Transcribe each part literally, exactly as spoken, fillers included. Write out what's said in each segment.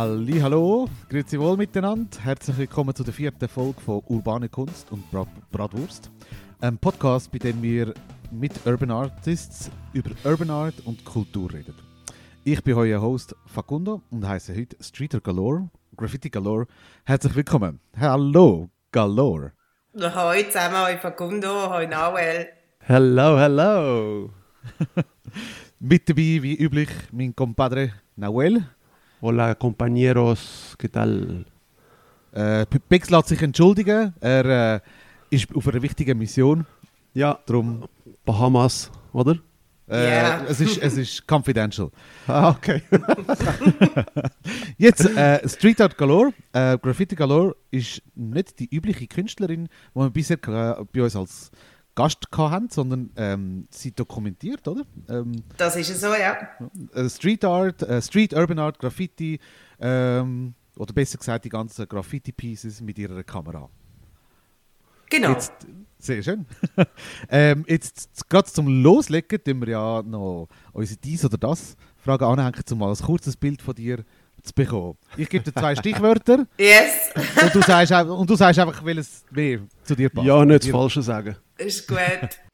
Halli, hallo, grüezi wohl miteinander. Herzlich willkommen zu der vierten Folge von Urbane Kunst und Bra- Bratwurst. Ein Podcast, bei dem wir mit Urban Artists über Urban Art und Kultur reden. Ich bin euer Host Facundo und heiße heute Streeter Galore, Graffiti Galore. Herzlich willkommen. Hallo, Galore. Hoi zusammen, hoi Facundo, hoi Nawel. Hello, hello. Mit dabei, wie üblich, mein Compadre Nawel. Hola, compañeros, ¿qué tal? Äh, Bex lässt sich entschuldigen. Er äh, ist auf einer wichtigen Mission. Ja, Drum, Bahamas, oder? äh, Yeah. es, ist, es ist confidential. Ah, okay. Jetzt, äh, Street Art Galore, äh, Graffiti Galore ist nicht die übliche Künstlerin, die wir bisher äh, bei uns als Gast hatten, sondern ähm, sie dokumentiert, oder? Ähm, Das ist so, ja. äh, Street Art, äh, Street Urban Art, Graffiti, ähm, oder besser gesagt die ganzen Graffiti-Pieces mit ihrer Kamera. Genau. Jetzt, sehr schön. ähm, jetzt gerade zum Loslegen, tun wir ja noch unsere dies oder das Frage anhängen, um mal ein kurzes Bild von dir zu bekommen. Ich gebe dir zwei Stichwörter Yes, und, du sagst, ein- und du sagst einfach, welches mehr zu dir passt. Ja, nicht das Dir- Falsche sagen. ist gut.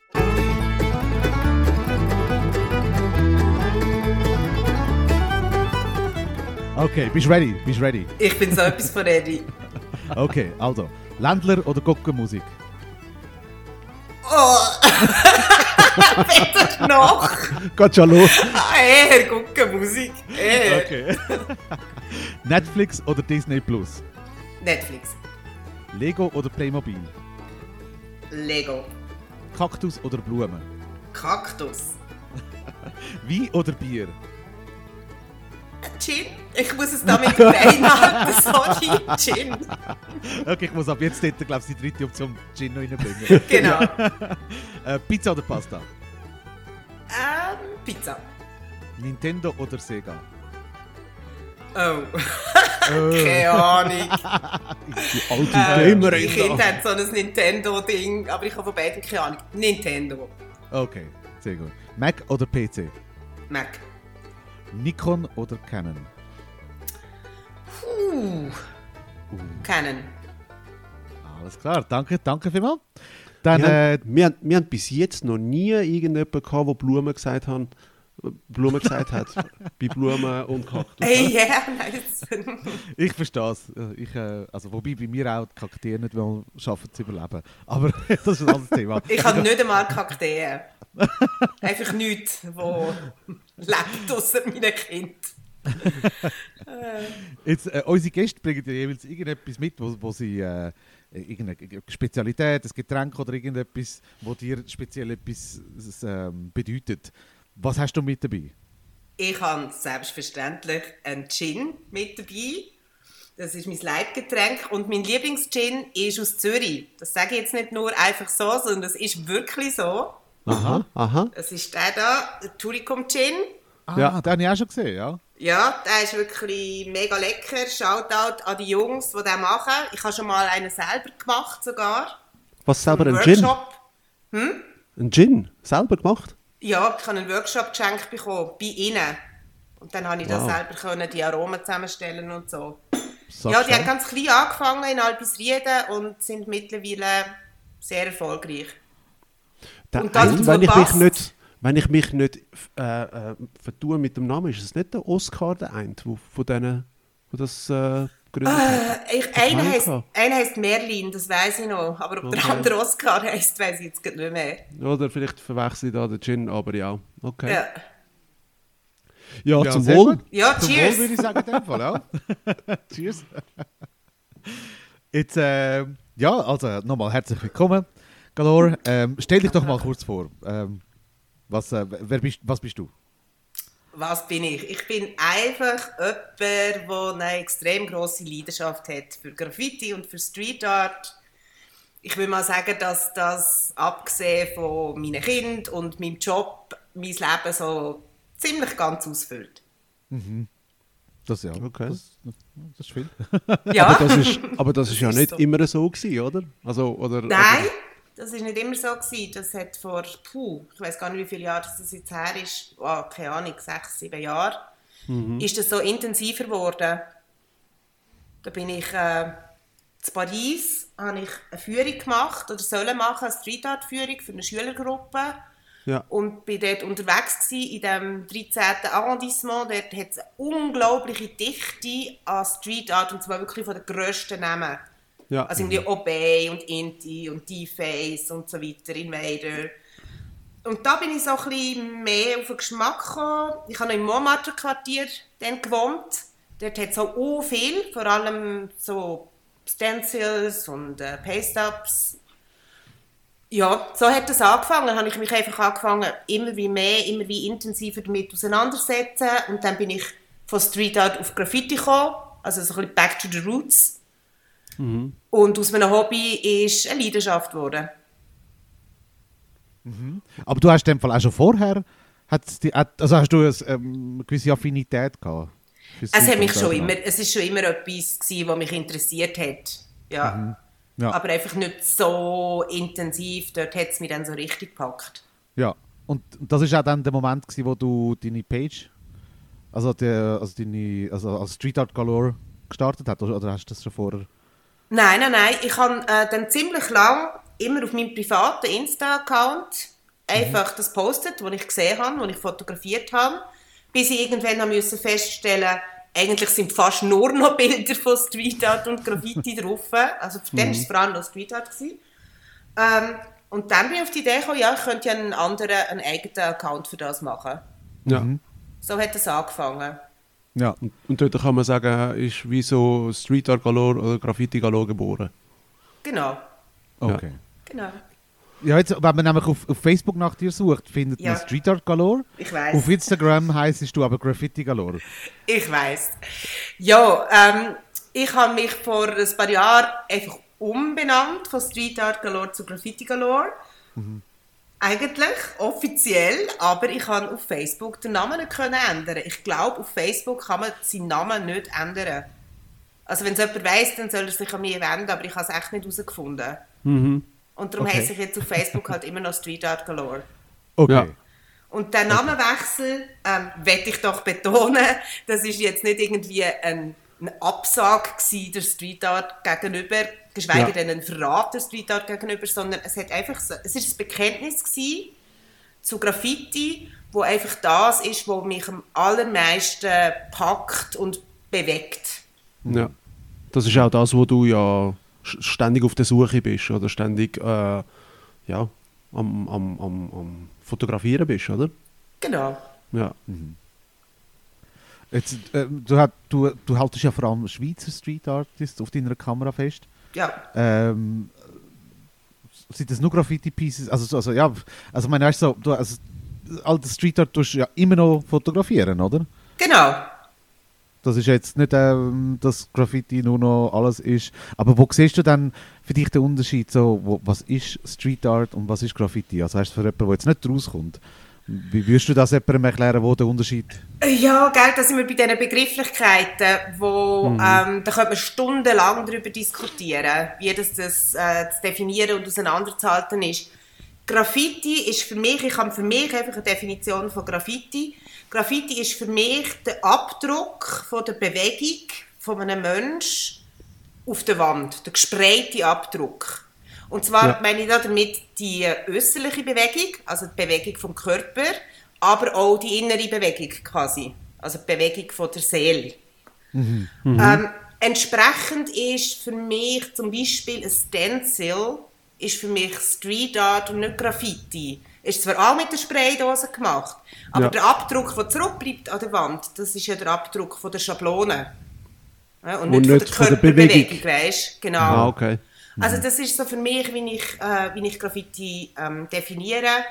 Okay, bist du ready? Bist du ready? Ich bin so etwas von ready. Okay, also, Ländler oder Gockenmusik? Oh! Weder noch! Geht schon los. Ah, eher gucken Musik. Eher. Okay. Netflix oder Disney Plus? Netflix. Lego oder Playmobil? Lego. Kaktus oder Blumen? Kaktus. Wein oder Bier? Gin. Ich muss es da mit dem Bein halten. Sorry, Gin. Okay, ich muss ab jetzt dort, glaube ich, die dritte Option Gin noch reinbringen. Genau. äh, Pizza oder Pasta? Ähm, Pizza. Nintendo oder Sega? Oh. Keine Ahnung. Die alte Äh, Gamerin Mein Kind da. hat so ein Nintendo-Ding, aber ich habe von beiden keine Ahnung. Nintendo. Okay, sehr gut. Mac oder P C? Mac. Nikon oder Canon? Uh. Canon. Alles klar, danke, danke vielmals. Dann, Wir, äh, haben, wir, haben, wir haben bis jetzt noch nie irgendjemanden gehabt, der Blumen gesagt, haben, Blumen gesagt hat. Bei Blumen und Kaktus. Hey, yeah, nice. ich verstehe es. Ich, äh, also, wobei bei mir auch die Kakteen nicht wollen, schaffen zu überleben. Aber das ist ein anderes Thema. Ich habe nicht einmal Kakteen. Einfach nichts, wo lebt ausser meinem Kind. Jetzt, äh, unsere Gäste bringen dir jeweils irgendetwas mit, wo, wo sie äh, irgendeine Spezialität, ein Getränk oder irgendetwas, wo dir speziell etwas ähm, bedeutet. Was hast du mit dabei? Ich habe selbstverständlich einen Gin mit dabei. Das ist mein Leibgetränk und mein Lieblingsgin ist aus Zürich. Das sage ich jetzt nicht nur einfach so, sondern das ist wirklich so. Aha, aha. Das ist der da, der Turicum Gin. Ah, Ja. den habe ich auch schon gesehen, ja. Ja, der ist wirklich mega lecker. Shoutout an die Jungs, die den machen. Ich habe schon mal einen selber gemacht sogar. Was selber ein Einen Gin? Workshop. Ein Gin? Selber gemacht? Ja, ich habe einen Workshop geschenkt bekommen, bei ihnen. Und dann konnte ich das Wow. selber können, die Aromen zusammenstellen und so. Sag Ja, die schon. haben ganz klein angefangen in Albisrieden und sind mittlerweile sehr erfolgreich. Der Und das, eine, was wenn, ich mich passt. nicht, wenn ich mich nicht äh, äh, vertue mit dem Namen, ist es nicht der Oscar, der eine, wo, von denen, wo das äh, gegründet hat? Äh, ich, einer, keinen heisst, gehabt. einer heisst Merlin, das weiss ich noch. Aber ob der Okay. andere Oscar heisst, weiss ich jetzt grad nicht mehr. Oder vielleicht verwechsel ich da den Gin, aber ja. Okay. Ja, Ja, Ja, zum sehr Wohl. gut. ja Zum cheers. Wohl würde ich sagen, in dem Fall, ja. Cheers. Jetzt, äh, ja, also nochmal herzlich willkommen, Galore. Ähm, stell dich doch mal kurz vor. Ähm, was, äh, wer bist, was bist du? Was bin ich? Ich bin einfach jemand, der eine extrem grosse Leidenschaft hat für Graffiti und für Street Art. Ich will mal sagen, dass das, abgesehen von meinen Kindern und meinem Job, mein Leben so ziemlich ganz ausfüllt. Das ja. Okay. Das, das ist viel. Ja, Aber das ist, aber das ist ja ist nicht so. immer so gewesen, oder? Also, oder nein, das war nicht immer so gewesen. Das hat vor, puh, ich weiß gar nicht, wie viele Jahre das jetzt her ist, oh, keine Ahnung, sechs, sieben Jahre, ist das so intensiver geworden. Da bin ich äh, in Paris, habe ich eine Führung gemacht, oder sollen machen, eine Street-Art-Führung für eine Schülergruppe. Ja. Und bin dort unterwegs gewesen, in dem dreizehnten Arrondissement. Dort hat es eine unglaubliche Dichte an Street Art, und zwar wirklich von den grössten Namen. Ja. Also irgendwie Obey und Inti und D-Face und so weiter, Invader. Und da bin ich so ein bisschen mehr auf den Geschmack gekommen. Ich habe noch im Montmartre-Quartier dann gewohnt. Dort hat es auch viel, vor allem so Stencils und äh, Paste-Ups. Ja, so hat es angefangen. Dann habe ich mich einfach angefangen, immer wie mehr, immer wie intensiver damit auseinandersetzen. Und dann bin ich von Street Art auf Graffiti gekommen, also so ein bisschen back to the roots. Mhm. Und aus meinem Hobby ist eine Leidenschaft geworden. Mhm. Aber du hast in dem Fall auch schon vorher, hat's die, also hast du eine, ähm, eine gewisse Affinität gehabt? Es hat mich schon immer, es ist schon immer etwas gewesen, was mich interessiert hat. Ja. Mhm. Ja. Aber einfach nicht so intensiv, dort hat es mich dann so richtig gepackt. Ja, und das war auch dann der Moment, gewesen, wo du deine Page, also, die, also, deine, also als Street Art Galore gestartet hast, oder, oder hast du das schon vorher? Nein, nein, nein. Ich habe äh, dann ziemlich lang immer auf meinem privaten Insta-Account einfach mhm. das postet, was ich gesehen habe, was ich fotografiert habe, bis ich irgendwann haben müssen feststellen, eigentlich sind fast nur noch Bilder von Street Art und Graffiti drauf. Also für mhm. den war es vor allem noch Street Art. Ähm, und dann bin ich auf die Idee gekommen, ja, ich könnte ja einen anderen, einen eigenen Account für das machen. Ja. Mhm. So hat es angefangen. Ja. Und, und dort kann man sagen, ist wie so Street Art Galore oder Graffiti Galore geboren. Genau. Okay. Ja. Genau. Ja, jetzt, wenn man nämlich auf, auf Facebook nach dir sucht, findet Ja. man Street Art Galore. Ich weiss. Auf Instagram heisst du aber Graffiti Galore. Ich weiss. Ja, ähm, ich habe mich vor ein paar Jahren einfach umbenannt von Street Art Galore zu Graffiti Galore. Mhm. Eigentlich offiziell, aber ich kann auf Facebook den Namen nicht können ändern. Ich glaube, auf Facebook kann man seinen Namen nicht ändern. Also wenn es jemand weiss, dann soll er sich an mich wenden, aber ich habe es echt nicht herausgefunden. Mhm. Und darum Okay. heiße ich jetzt auf Facebook halt immer noch Street Art Galore. Okay. Ja. Und der Namenwechsel, ähm, möchte ich doch betonen, das ist jetzt nicht irgendwie ein, ein Absage gewesen, der Street Art gegenüber, geschweige Ja. denn ein Verrat der Street Art gegenüber, sondern es hat einfach so, es ist ein Bekenntnis gewesen zu Graffiti, wo einfach das ist, was mich am allermeisten packt und bewegt. Ja. Das ist auch das, wo du ja sch- ständig auf der Suche bist oder ständig äh, ja, am, am, am, am Fotografieren bist, oder? Genau. Ja. Jetzt, äh, du, hat, du, du haltest ja vor allem Schweizer Street Artists auf deiner Kamera fest. Ja. Ähm, sind das nur Graffiti-Pieces? Also, also, ja, also, ich meine, weißt du, so, du, also, alte Street Art tust du ja immer noch fotografieren, oder? Genau. Das ist jetzt nicht, ähm, dass Graffiti nur noch alles ist. Aber wo siehst du dann für dich den Unterschied, so, wo, was ist Street Art und was ist Graffiti? Also heißt für jemanden, der jetzt nicht rauskommt, wie würdest du das jemandem erklären, wo der Unterschied ist? Ja, gell, da sind wir bei diesen Begrifflichkeiten, wo, Mhm. ähm, da könnte man stundenlang darüber diskutieren, wie das, das äh, zu definieren und auseinanderzuhalten ist. Graffiti ist für mich, ich habe für mich einfach eine Definition von Graffiti. Graffiti ist für mich der Abdruck von der Bewegung von einem Menschen auf der Wand, der gesprayte Abdruck. Und zwar Ja. meine ich da damit die äußerliche Bewegung, also die Bewegung vom Körper, aber auch die innere Bewegung quasi, also die Bewegung von der Seele. Mhm. Ähm, entsprechend ist für mich zum Beispiel ein Stencil ist für mich Street Art und nicht Graffiti. Ist zwar auch mit der Spraydose gemacht, aber Ja. der Abdruck, der zurückbleibt an der Wand, das ist ja der Abdruck von der Schablone. Ja, und, Und nicht, nicht von von der der Bewegung. Körperbewegung, weisst? Genau. Ah, okay. Also das ist so für mich, wie ich, äh, wie ich Graffiti ähm, definiere.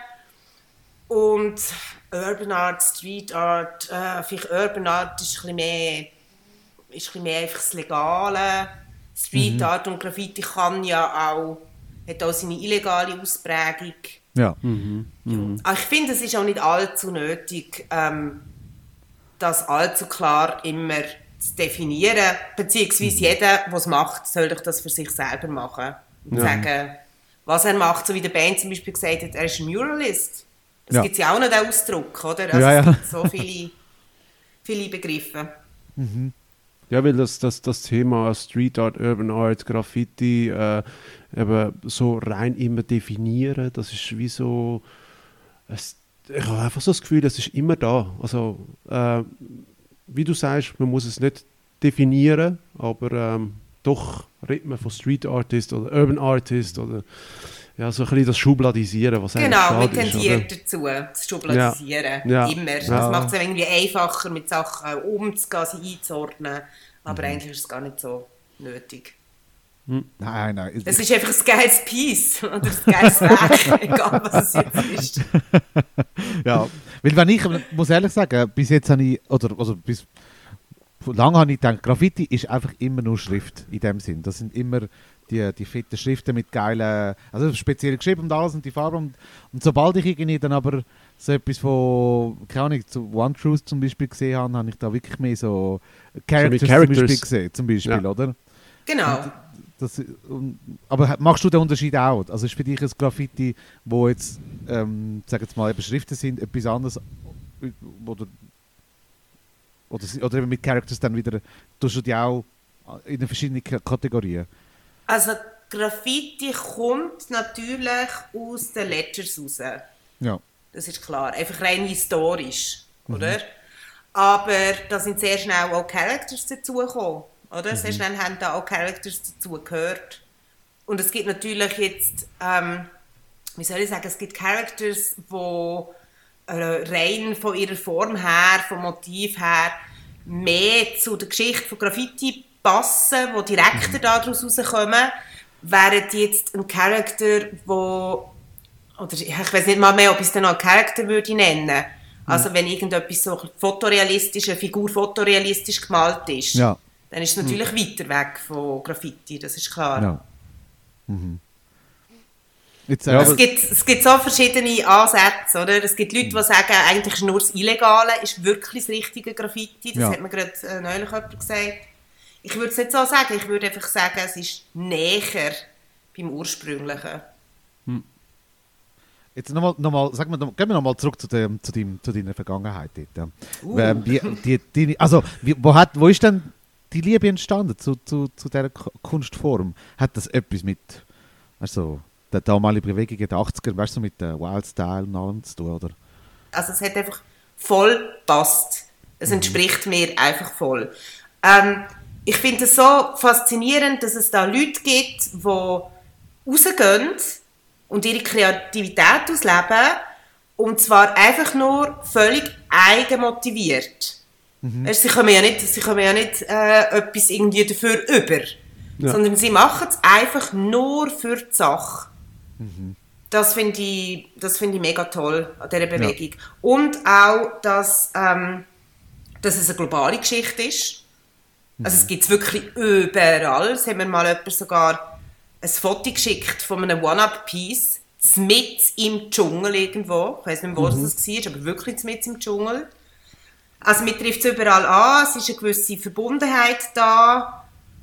Und Urban Art, Street Art, äh, vielleicht Urban Art ist ein bisschen mehr, ist ein bisschen mehr einfach das Legale. Street Art und Graffiti kann ja auch, hat auch seine illegale Ausprägung. Ja. Aber ich finde, es ist auch nicht allzu nötig, ähm, das allzu klar immer zu definieren. Beziehungsweise jeder, der es macht, soll doch das für sich selber machen. Und Ja. sagen, was er macht. So wie der Band zum Beispiel gesagt hat, er ist ein Muralist. Es Ja. gibt ja auch noch den Ausdruck, oder? Also Ja, ja. Es gibt so viele, viele Begriffe. Ja, weil das, das, das Thema Street Art, Urban Art, Graffiti äh, eben so rein immer definieren, das ist wie so, es, ich habe einfach so das Gefühl, es ist immer da. Also, äh, wie du sagst, man muss es nicht definieren, aber ähm, doch redet man von Street Artist oder Urban Artist oder ja, so ein bisschen das Schubladisieren, was eigentlich Genau, schade wir ist. tendieren Oder? dazu, das Schubladisieren. Ja. Ja. Immer. Ja. Das macht es irgendwie einfacher, mit Sachen umzugehen, sie einzuordnen. Aber mhm. eigentlich ist es gar nicht so nötig. Nein, nein. Es ist einfach ein geiles Piece oder ein geiles Werk, egal was es jetzt ist. Ja, weil wenn ich, ich muss ehrlich sagen, bis jetzt habe ich, oder also bis lange habe ich gedacht, Graffiti ist einfach immer nur Schrift in dem Sinn. Das sind immer die, die fetten Schriften mit geilen, also speziell geschrieben und alles und die Farbe. Und, und sobald ich irgendwie dann aber so etwas von, keine Ahnung, zu One Truth zum Beispiel gesehen habe, habe ich da wirklich mehr so Characters, so Characters. zum Beispiel gesehen, zum Beispiel, Ja. oder? Genau. Und das, und, aber machst du den Unterschied auch? Also ist für dich ein Graffiti, wo jetzt, ähm, sagen wir mal, eben Schriften sind, etwas anderes, oder, oder, oder eben mit Characters dann wieder, tust du die auch in den verschiedenen K- Kategorien? Also Graffiti kommt natürlich aus den Ledgers raus. Ja. Das ist klar. Einfach rein historisch, mhm. oder? Aber da sind sehr schnell auch Characters dazugekommen, oder? Mhm. Sehr schnell haben da auch Characters dazu gehört. Und es gibt natürlich jetzt, ähm, wie soll ich sagen, es gibt Characters, die äh, rein von ihrer Form her, vom Motiv her, mehr zu der Geschichte von Graffiti passen, die direkter mhm. daraus rauskommen, während jetzt ein Charakter, wo oder ich weiß nicht mal mehr, ob ich es dann noch einen Charakter würde nennen. Mhm. Also wenn irgendetwas so fotorealistisch, eine Figur fotorealistisch gemalt ist, ja. dann ist es natürlich mhm. weiter weg von Graffiti, das ist klar. Ja. Mhm. Jetzt, äh, es, gibt, es gibt so verschiedene Ansätze, oder? Es gibt Leute, die sagen, eigentlich ist nur das Illegale ist wirklich das richtige Graffiti. Das ja. hat mir gerade äh, neulich jemand gesagt. Ich würde es nicht so sagen, ich würde einfach sagen, es ist näher beim Ursprünglichen. Hm. Jetzt nochmal, noch mal, sag mal, gehen wir nochmal zurück zu, dem, zu, deinem, zu deiner Vergangenheit dort. Uh. Ähm, die, die, die, also, wie, wo, hat, wo ist denn die Liebe entstanden zu, zu, zu dieser Kunstform? Hat das etwas mit also, der damaligen Bewegung in den achtziger, weißt du, mit der Wild Style und allem zu tun, oder? Also es hat einfach voll gepasst. Es entspricht mhm. mir einfach voll. Ähm, ich finde es so faszinierend, dass es da Leute gibt, die rausgehen und ihre Kreativität ausleben, und zwar einfach nur völlig eigenmotiviert. Mhm. Also sie kommen ja nicht, sie kommen ja nicht äh, etwas irgendwie dafür über, ja. sondern sie machen es einfach nur für die Sache. Mhm. Das finde ich, das find ich mega toll an dieser Bewegung. Ja. Und auch, dass, ähm, dass es eine globale Geschichte ist. Mhm. Also es gibt es wirklich überall. Es hat mir mal jemand sogar ein Foto geschickt von einem One-Up-Piece mitten im Dschungel irgendwo. Ich weiß nicht mehr, wo mhm. das war, aber wirklich mitten im Dschungel. Also mir trifft es überall an, es ist eine gewisse Verbundenheit da.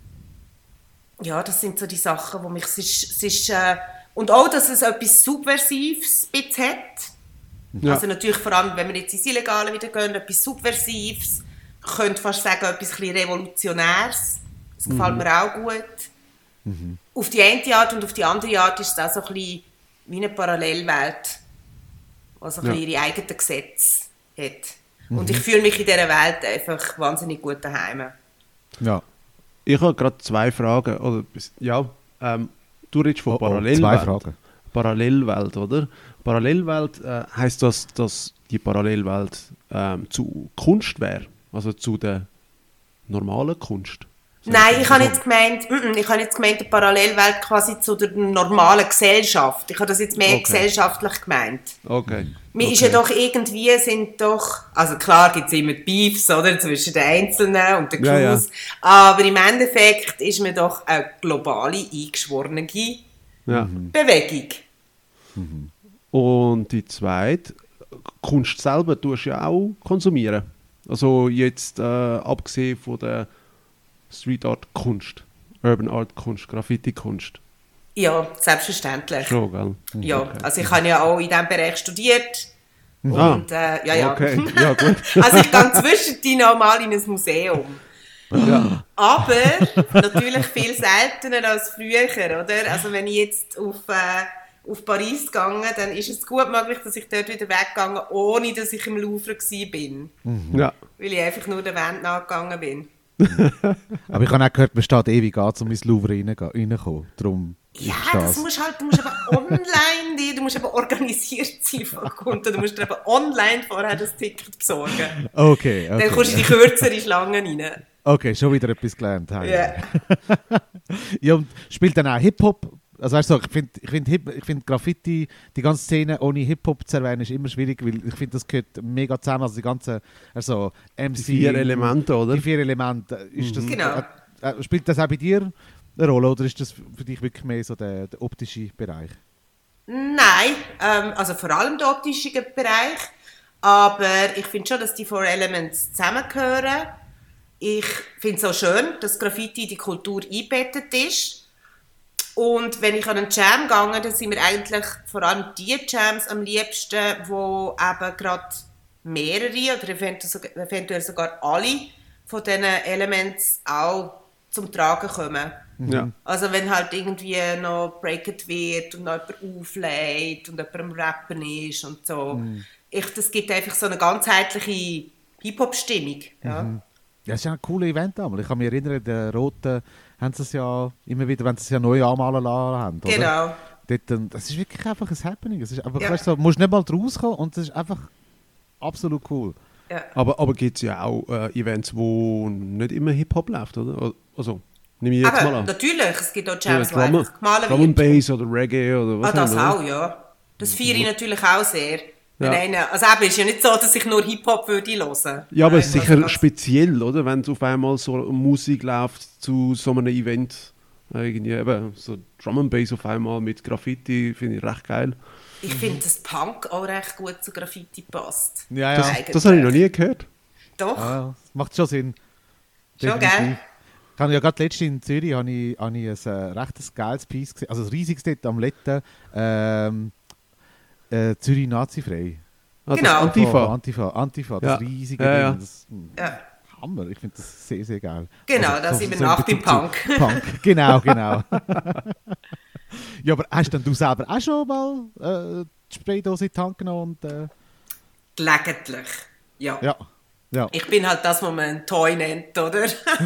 Ja, das sind so die Sachen, wo mich... Es ist, es ist, äh, und auch, dass es etwas Subversives hat. Ja. Also natürlich vor allem, wenn wir jetzt ins Illegale wieder gehen, etwas Subversives. Ich könnte fast sagen, etwas ein bisschen Revolutionäres. Das gefällt mhm. mir auch gut. Mhm. Auf die eine Art und auf die andere Art ist es auch so ein bisschen wie eine Parallelwelt, die so ein bisschen ja. ihre eigenen Gesetze hat. Mhm. Und ich fühle mich in dieser Welt einfach wahnsinnig gut daheim. Ja. Ich habe gerade zwei Fragen. Oder, ja, ähm, du redest von oh, oh, Parallelwelt. Zwei Fragen. Parallelwelt, oder? Parallelwelt äh, heisst das, dass die Parallelwelt ähm, zu Kunst wäre? Also zu der normalen Kunst? So Nein, ich habe jetzt gemeint, mm, ich habe jetzt gemeint, die Parallelwelt quasi zu der normalen Gesellschaft. Ich habe das jetzt mehr okay. gesellschaftlich gemeint. Okay. Mir okay. ist ja doch irgendwie, sind doch, also klar gibt es immer Beefs, oder, zwischen den Einzelnen und den Crews, ja, ja. aber im Endeffekt ist man doch eine globale, eingeschworene ja. Bewegung. Mhm. Und die zweite, Kunst selber tust du ja auch konsumieren. Also jetzt äh, abgesehen von der Street Art Kunst, Urban Art Kunst, Graffiti Kunst. Ja, selbstverständlich. Schon, gell? Ja, okay. also ich habe ja auch in diesem Bereich studiert. Ah, und, äh, ja, ja. Okay, ja gut. Also ich gehe zwischendurch noch mal in ein Museum. Ja. Aber natürlich viel seltener als früher, oder? Also wenn ich jetzt auf, äh, auf Paris gegangen, dann ist es gut möglich, dass ich dort wieder weggegangen, ohne dass ich im Louvre gsi bin. Mhm. Ja. Weil ich einfach nur der Wand nachgegangen bin. Aber ich habe auch gehört, man steht ewig an, um ins Louvre reinzukommen. reinkommen. Darum Ja, ist das das. musst halt, du musst aber online, die, du musst aber organisiert sein von Kunden. Du musst dir aber online vorher das Ticket besorgen. Okay, okay. Dann kommst du in die kürzere Schlange rein. Okay, schon wieder etwas gelernt. Ja. Yeah. Ja, und spielt dann auch Hip-Hop? Also weißt du, ich finde ich find, Hip- ich find Graffiti, die ganze Szene ohne Hip-Hop zu erwähnen, ist immer schwierig, weil ich finde, das gehört mega zusammen. Also die ganzen also M C... Die vier Elemente, oder? Die vier Elemente. Ist das, Genau. äh, äh, spielt das auch bei dir eine Rolle oder ist das für dich wirklich mehr so der, der optische Bereich? Nein, ähm, also vor allem der optische Bereich. Aber ich finde schon, dass die Four Elements zusammengehören. Ich finde es auch schön, dass Graffiti in die Kultur eingebettet ist. Und wenn ich an einen Jam gehe, dann sind mir eigentlich vor allem die Jams am liebsten, wo eben gerade mehrere oder eventuell sogar alle von diesen Elements auch zum Tragen kommen. Ja. Also wenn halt irgendwie noch breaket wird und noch jemand auflegt und jemand am Rappen ist und so. Mhm. Ich, das gibt einfach so eine ganzheitliche Hip-Hop-Stimmung. Ja. Mhm. Ja, es ist ja ein cooles Event damals. Ich kann mich erinnern, der Roten haben sie es ja immer wieder, wenn sie es ja neu anmalen lassen haben. Oder? Genau. Dort, ähm, das ist wirklich einfach ein Happening. Es ist einfach, Ja. weißt du, du musst nicht mal rauskommen und es ist einfach absolut cool. Ja. Aber, aber gibt es ja auch äh, Events, wo nicht immer Hip-Hop läuft, oder? Also, nehme ich jetzt Aber mal an. natürlich, es gibt auch Ja, Jams, wo Drum, einfach gemalt Drum and wird. Bass oder Reggae oder was Ah, das haben wir, auch, ja. Das feiere ich natürlich auch sehr. Wenn Ja. einer, also eben, ist ja nicht so, dass ich nur Hip-Hop würde hören. Ja, aber es ist Nein, sicher also das- speziell, oder? Wenn es auf einmal so Musik läuft zu so einem Event. Irgendwie eben so Drum and Bass auf einmal mit Graffiti, finde ich recht geil. Ich finde, dass Punk auch recht gut zu Graffiti passt. Ja, Das, ja. Eigentlich. das habe ich noch nie gehört. Doch, ja das macht schon Sinn. schon, Definitiv. gell? Ich habe ja gerade letztens in Zürich habe ich, habe ich ein äh, recht geiles Piece gesehen, also ein riesiges dort am Letten, ähm, äh, Zürich Nazi-frei. Ah, Genau. Das Antifa. Antifa, Antifa, das Ja. riesige Ja, Ding. ja. Das, Ja. Hammer, ich finde das sehr, sehr geil. Genau, da sind wir nach in beim Bezug Punk. zu Punk. Genau, genau. Ja, aber hast denn du selber auch schon mal äh, die Spraydose in die Hand genommen? Und, äh, Gelegentlich, ja. ja, ja. Ich bin halt das, was man ein Toy nennt, oder?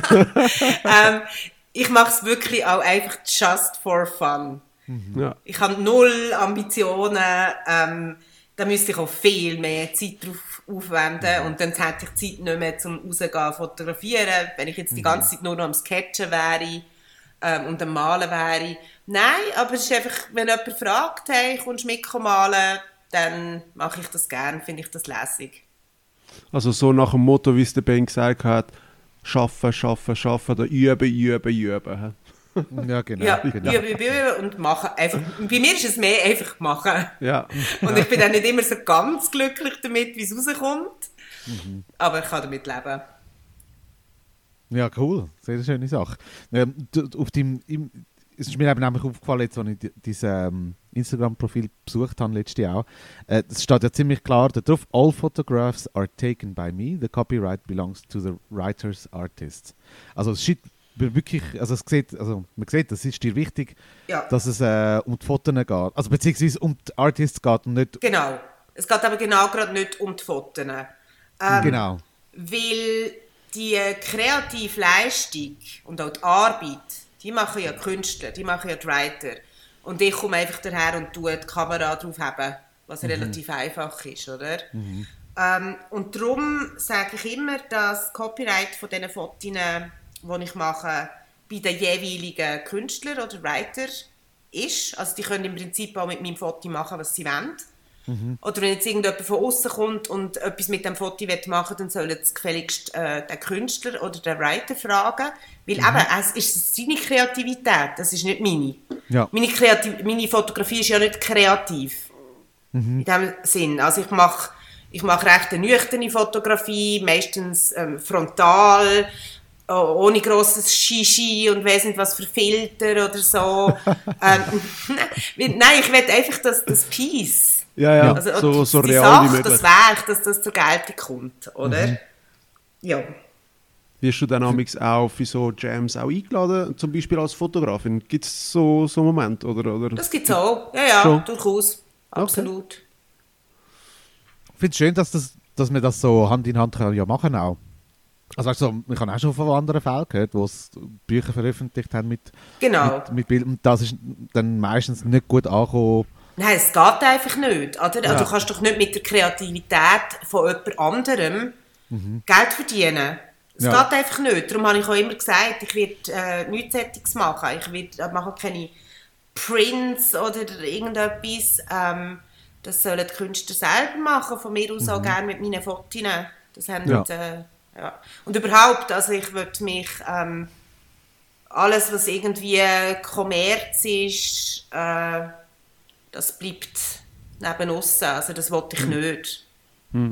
ähm, ich mache es wirklich auch einfach just for fun. Ja. Ich habe null Ambitionen. Ähm, da müsste ich auch viel mehr Zeit drauf aufwenden. Und dann hätte ich Zeit nicht mehr zum rausgehen, fotografieren. Wenn ich jetzt die ganze Zeit nur noch am Sketchen wäre ähm, und am Malen wäre. Nein, aber es ist einfach, wenn jemand fragt, hey, kommst du mit malen, dann mache ich das gerne, finde ich das lässig. Also so nach dem Motto, wie es der Ben gesagt hat, schaffen, schaffen, schaffen, oder üben, üben, üben. hä? Ja, genau. Ja, genau. üben, üben, üben und machen. Einfach, bei mir ist es mehr einfach machen. Ja. Und ich bin dann nicht immer so ganz glücklich damit, wie es rauskommt. Aber ich kann damit leben. Ja, cool. Sehr schöne Sache. Ähm, du, auf deinem, im, es ist mir eben nämlich aufgefallen, jetzt, als ich di- dieses ähm, Instagram-Profil besucht habe, letztes Jahr auch. Äh, es steht ja ziemlich klar da drauf, all photographs are taken by me, the copyright belongs to the writers, artists. Also es steht wirklich, also es sieht, also man sieht, das ist dir wichtig, Ja. dass es äh, um die Fotos geht, also beziehungsweise um die Artists geht und nicht... Genau. Es geht aber genau gerade nicht um die Fotos. Ähm, Genau. Weil die kreative Leistung und auch die Arbeit, die machen ja die Künstler, die machen ja die Writer. Und ich komme einfach daher und tue die Kamera drauf haben, was relativ einfach ist, oder? Ähm, und darum sage ich immer, dass Copyright von diesen Fotos, die ich mache, bei den jeweiligen Künstler oder Writer ist. Also die können im Prinzip auch mit meinem Foto machen, was sie wollen. Oder wenn jetzt irgendjemand von außen kommt und etwas mit dem Foto machen will, dann soll jetzt gefälligst äh, den Künstler oder den Writer fragen. Weil eben, es ist seine Kreativität, das ist nicht meine. Ja. Meine, Kreativ- meine Fotografie ist ja nicht kreativ. In dem Sinn. Also ich mache ich mach recht eine nüchterne Fotografie, meistens ähm, frontal, oh, ohne grosses Shishi und weiss nicht was für Filter oder so. ähm, nein, ich will einfach, dass das Peace. Ja, ja, Also, so, so die real Sache, wie möglich. das Werk, dass das zur Geltung kommt, oder? Ja. Wirst du dann amigs auch für so Jams auch eingeladen, zum Beispiel als Fotografin? Gibt es so, so Momente? Oder, oder? Das gibt es auch. Ja, ja, Schon? durchaus. Absolut. Okay. Ich finde es schön, dass, das, dass wir das so Hand in Hand können ja machen auch. Also weißt du, ich habe auch schon von anderen Fällen gehört, wo es Bücher veröffentlicht haben mit, Genau. mit, mit Bildern. Und das ist dann meistens nicht gut angekommen. Nein, es geht einfach nicht. Oder? Ja. Du kannst doch nicht mit der Kreativität von jemand anderem mhm. Geld verdienen. Es Ja. geht einfach nicht. Darum habe ich auch immer gesagt, ich werde äh, nichts Sättiges machen. Ich werde, äh, mache keine Prints oder irgendetwas. Ähm, das sollen die Künstler selber machen. Von mir aus mhm. auch gerne mit meinen Fotos. Das haben Ja. nicht, äh, ja. Und überhaupt, also ich würde mich ähm, alles, was irgendwie Kommerz ist, äh, das bleibt neben uns. Also das wollte ich Mhm. nicht. Mhm.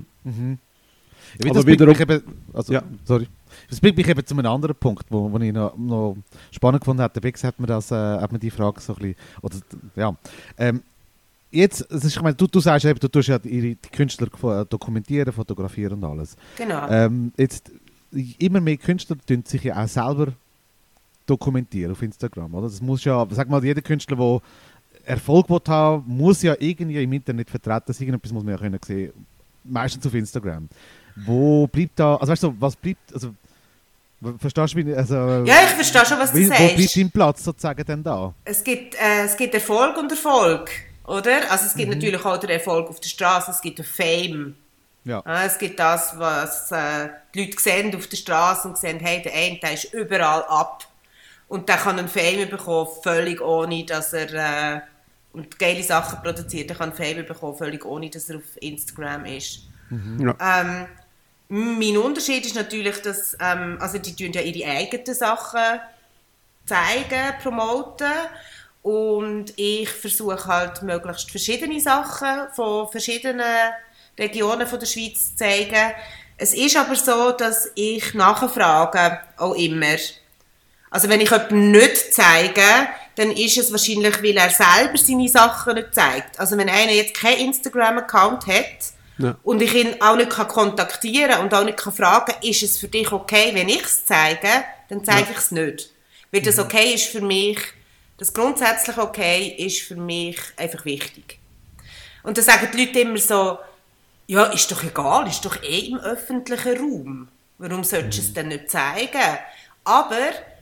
Ich will, Aber das bringt wiederum- mich eben, also, Ja. sorry. Das bringt mich eben zu einem anderen Punkt, wo, wo ich noch, noch spannend gefunden habe. Der Bix hat mir, das, äh, hat mir die Frage so ein bisschen, oder, ja. Ähm, jetzt, es ist, ich meine, du, du sagst eben, du tust ja die, die Künstler fo- dokumentieren, fotografieren und alles. Genau. Ähm, jetzt, immer mehr Künstler tun sich ja auch selber dokumentieren auf Instagram, oder? Das muss ja, sag mal, jeder Künstler, der Erfolg will haben, muss ja irgendwie im Internet vertreten sein. Irgendetwas muss man ja können sehen. Meistens auf Instagram. Wo bleibt da, also weißt du, was bleibt, also, verstehst du mich? Also, Ja, ich verstehe schon, was du wie, wo bleibt sagst. dein Platz sozusagen denn da? Es gibt, äh, es gibt Erfolg und Erfolg, oder? Also es gibt Mhm. natürlich auch den Erfolg auf der Straße, es gibt den Fame. Ja. Ja, es gibt das, was äh, die Leute sehen auf der Straße und sehen, hey, der eine, der ist überall ab. Und der kann einen Fame bekommen, völlig ohne, dass er äh, und geile Sachen produziert. Der kann einen Fame bekommen, völlig ohne, dass er auf Instagram ist. Ja. Ähm, mein Unterschied ist natürlich, dass ähm, also die tun ja ihre eigenen Sachen zeigen, promoten und ich versuche halt möglichst verschiedene Sachen von verschiedenen Regionen von der Schweiz zu zeigen. Es ist aber so, dass ich nachfrage, auch immer. Also wenn ich jemanden nicht zeige, dann ist es wahrscheinlich, weil er selber seine Sachen nicht zeigt. Also wenn einer jetzt keinen Instagram-Account hat, Ja. und ich ihn auch nicht kontaktieren kann und auch nicht fragen kann, ist es für dich okay, wenn ich es zeige, dann zeige Ja. ich es nicht. Weil das okay ist für mich, das grundsätzlich okay ist für mich einfach wichtig. Und dann sagen die Leute immer so, ja, ist doch egal, ist doch eh im öffentlichen Raum. Warum solltest du es denn nicht zeigen? Aber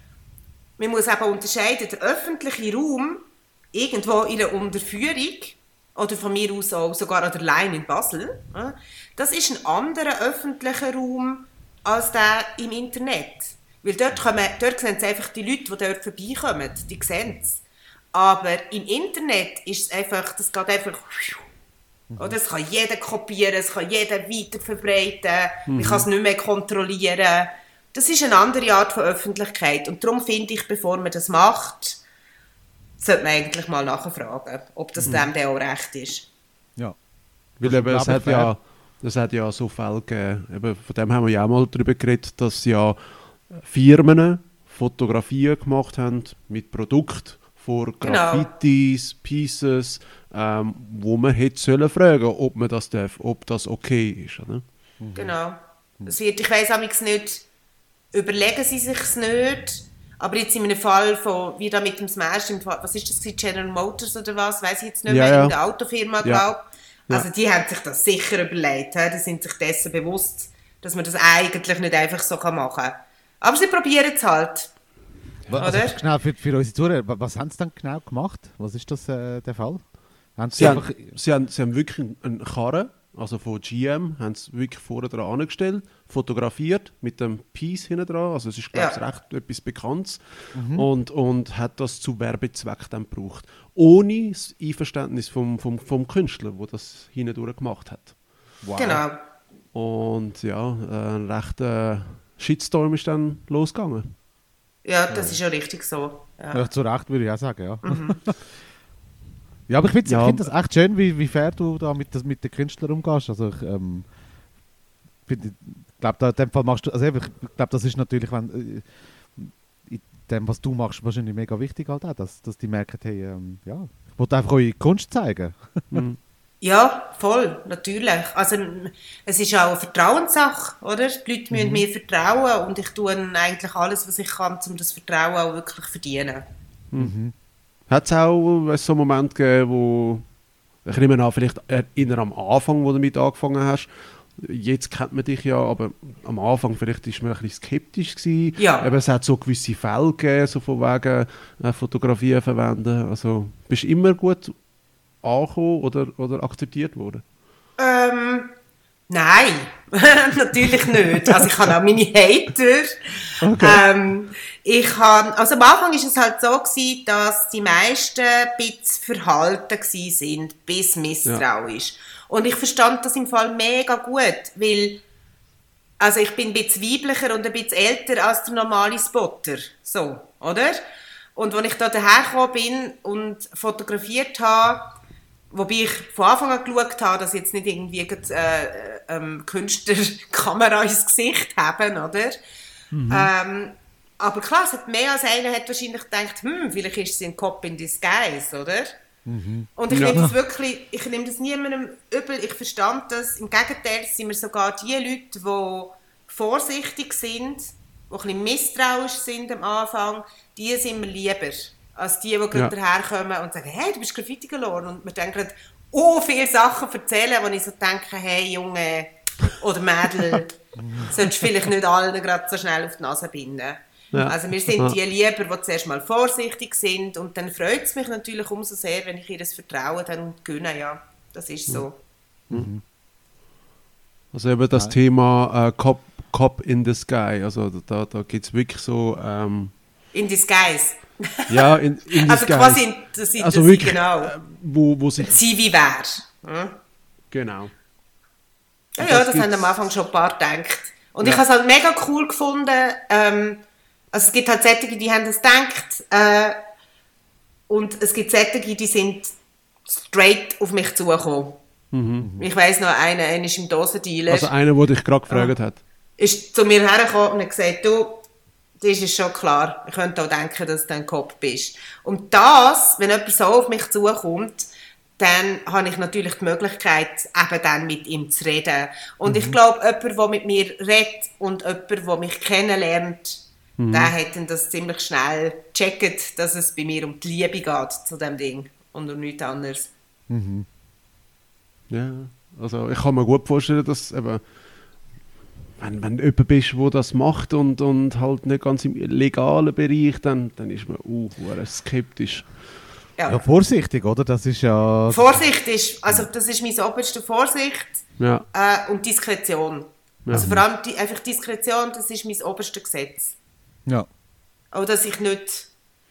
man muss eben unterscheiden, der öffentliche Raum, irgendwo in einer Unterführung, oder von mir aus auch sogar an der Line in Basel, ja, das ist ein anderer öffentlicher Raum als der im Internet. Weil dort, kommen, dort sehen es einfach die Leute, die dort vorbeikommen, die sehen es. Aber im Internet ist es einfach, das geht einfach, oder? Das kann jeder kopieren, es kann jeder weiterverbreiten, man kann es nicht mehr kontrollieren. Das ist eine andere Art von Öffentlichkeit und darum finde ich, bevor man das macht, sollte man eigentlich mal nachfragen, ob das dem dann auch recht ist. Ja. Weil Das eben, es ist, glaub hat ich, ja, es hat ja so Fälle gegeben, eben, von dem haben wir ja auch mal darüber geredet, dass ja Firmen Fotografien gemacht haben mit Produkten von Graffitis, Pieces, ähm, wo man hätte sollen fragen, ob man das darf, ob das okay ist. Oder? Genau. Es wird, ich weiss amigs nicht, überlegen sie sich's nicht, aber jetzt in einem Fall von, wie da mit dem Smash, im Fall, was ist das, General Motors oder was, weiss ich jetzt nicht Ja, mehr, ja. in der Autofirma, Ja. glaube Ja. Also die haben sich das sicher überlegt, he? Die sind sich dessen bewusst, dass man das eigentlich nicht einfach so machen kann. Aber sie probieren es halt. Was, Oder? also, genau, für, für unsere Zuhörer, wa- was haben sie dann genau gemacht? Was ist das äh, der Fall? Haben sie, Sie, einfach, haben, sie, haben, sie haben wirklich einen Karren, also von G M, haben sie wirklich vorne dran angestellt, fotografiert mit dem Piece hinten dran, also es ist glaube ich Ja. recht etwas Bekanntes, und, und hat das zu Werbezweck dann gebraucht. Ohne das Einverständnis vom, vom, vom Künstler, der das hindurch gemacht hat. wow. Genau. Und ja, ein rechter Shitstorm ist dann losgegangen. Ja, das ist ja richtig so. Ja. Ja, zu Recht würde ich auch sagen, ja. Ja, aber ich finde Ja. find das echt schön, wie, wie fair du da mit, das, mit den Künstlern umgehst. Also ich ähm, finde, ich glaube, da in dem Fall machst du, also eben, ich glaube, das ist natürlich, wenn, äh, in dem, was du machst, wahrscheinlich mega wichtig halt auch, dass, dass die merken, hey, ähm, ja, ich wollte einfach eure Kunst zeigen. Mhm. Ja, voll, natürlich. Also, es ist auch eine Vertrauenssache, oder? Die Leute müssen mhm. mir vertrauen und ich tue eigentlich alles, was ich kann, um das Vertrauen auch wirklich zu verdienen. Mhm. Hat es auch so einen Moment gegeben, wo, ich nehme an, vielleicht eher am Anfang, wo du damit angefangen hast, jetzt kennt man dich ja, aber am Anfang vielleicht ist man ein bisschen skeptisch gewesen. Ja. Aber es hat so gewisse Fälle gegeben, so von wegen äh, Fotografien verwenden. Also bist du immer gut angekommen oder, oder akzeptiert worden? Ähm, nein, natürlich nicht. Also ich habe auch meine Hater. Okay. Ähm, ich habe, also am Anfang war es halt so gewesen, dass die meisten ein bisschen verhalten waren, bis misstrauisch. Ja. Und ich verstand das im Fall mega gut, weil also ich bin ein bisschen weiblicher und ein bisschen älter als der normale Spotter. So, oder? Und als ich da dahergekommen bin und fotografiert habe, wobei ich von Anfang an geschaut habe, dass jetzt nicht irgendwie äh, ähm, Künstler Kamera ins Gesicht haben, oder? Mhm. Ähm, aber klar, es hat mehr als einer hat wahrscheinlich gedacht, hm, vielleicht ist sie ein Cop in disguise, oder? Mhm. Und ich ja. nehme das wirklich, ich nehme das niemandem übel, ich verstand das. Im Gegenteil sind wir sogar die Leute, die vorsichtig sind, die ein bisschen misstrauisch sind am Anfang, die sind mir lieber als die, die gerade ja. daherkommen und sagen, hey, du bist Graffiti galore. Und wir denken, oh, viele Sachen erzählen, wo ich so denke, hey, Junge oder Mädel, solltest du vielleicht nicht allen gerade so schnell auf die Nase binden. Ja. Also wir sind die lieber, die zuerst mal vorsichtig sind und dann freut es mich natürlich umso sehr, wenn ich ihr das Vertrauen dann gönne. Ja, das ist so. Mhm. Also eben das ja. Thema äh, Cop, Cop in the Sky, also da, da gibt es wirklich so... Ähm, in disguise. Ja, in, in also disguise. quasi, das sind also das wirklich, genau. Äh, wo, wo sie... Sie wie wer. Hm? Genau. Ja, ja, das, das haben am Anfang schon ein paar gedacht. Und ja. ich habe es halt mega cool gefunden, ähm, also es gibt halt solche, die haben das gedacht, äh, und es gibt solche, die sind straight auf mich zugekommen. Mhm. Ich weiss noch, einer, einer ist im Dosendealer. Also einer, der dich gerade gefragt ja. hat. Ist zu mir hergekommen und hat gesagt, du, das ist schon klar, ich könnte auch denken, dass du ein Cop bist. Und das, wenn jemand so auf mich zukommt, dann habe ich natürlich die Möglichkeit, eben dann mit ihm zu reden. Und mhm. ich glaube, jemand, der mit mir redet und jemand, der mich kennenlernt, mhm. der hat dann das ziemlich schnell gecheckt, dass es bei mir um die Liebe geht zu dem Ding und um nichts anderes. Mhm. Ja, also ich kann mir gut vorstellen, dass eben, wenn, wenn du jemand bist, der das macht und, und halt nicht ganz im legalen Bereich, dann, dann ist man uh, skeptisch. Ja. ja, vorsichtig, oder? Das ist ja... Vorsicht ist, also das ist meine oberste Vorsicht ja. äh, und Diskretion. Ja. Also vor allem die, einfach Diskretion, das ist mein oberstes Gesetz. Ja. Auch dass ich nicht,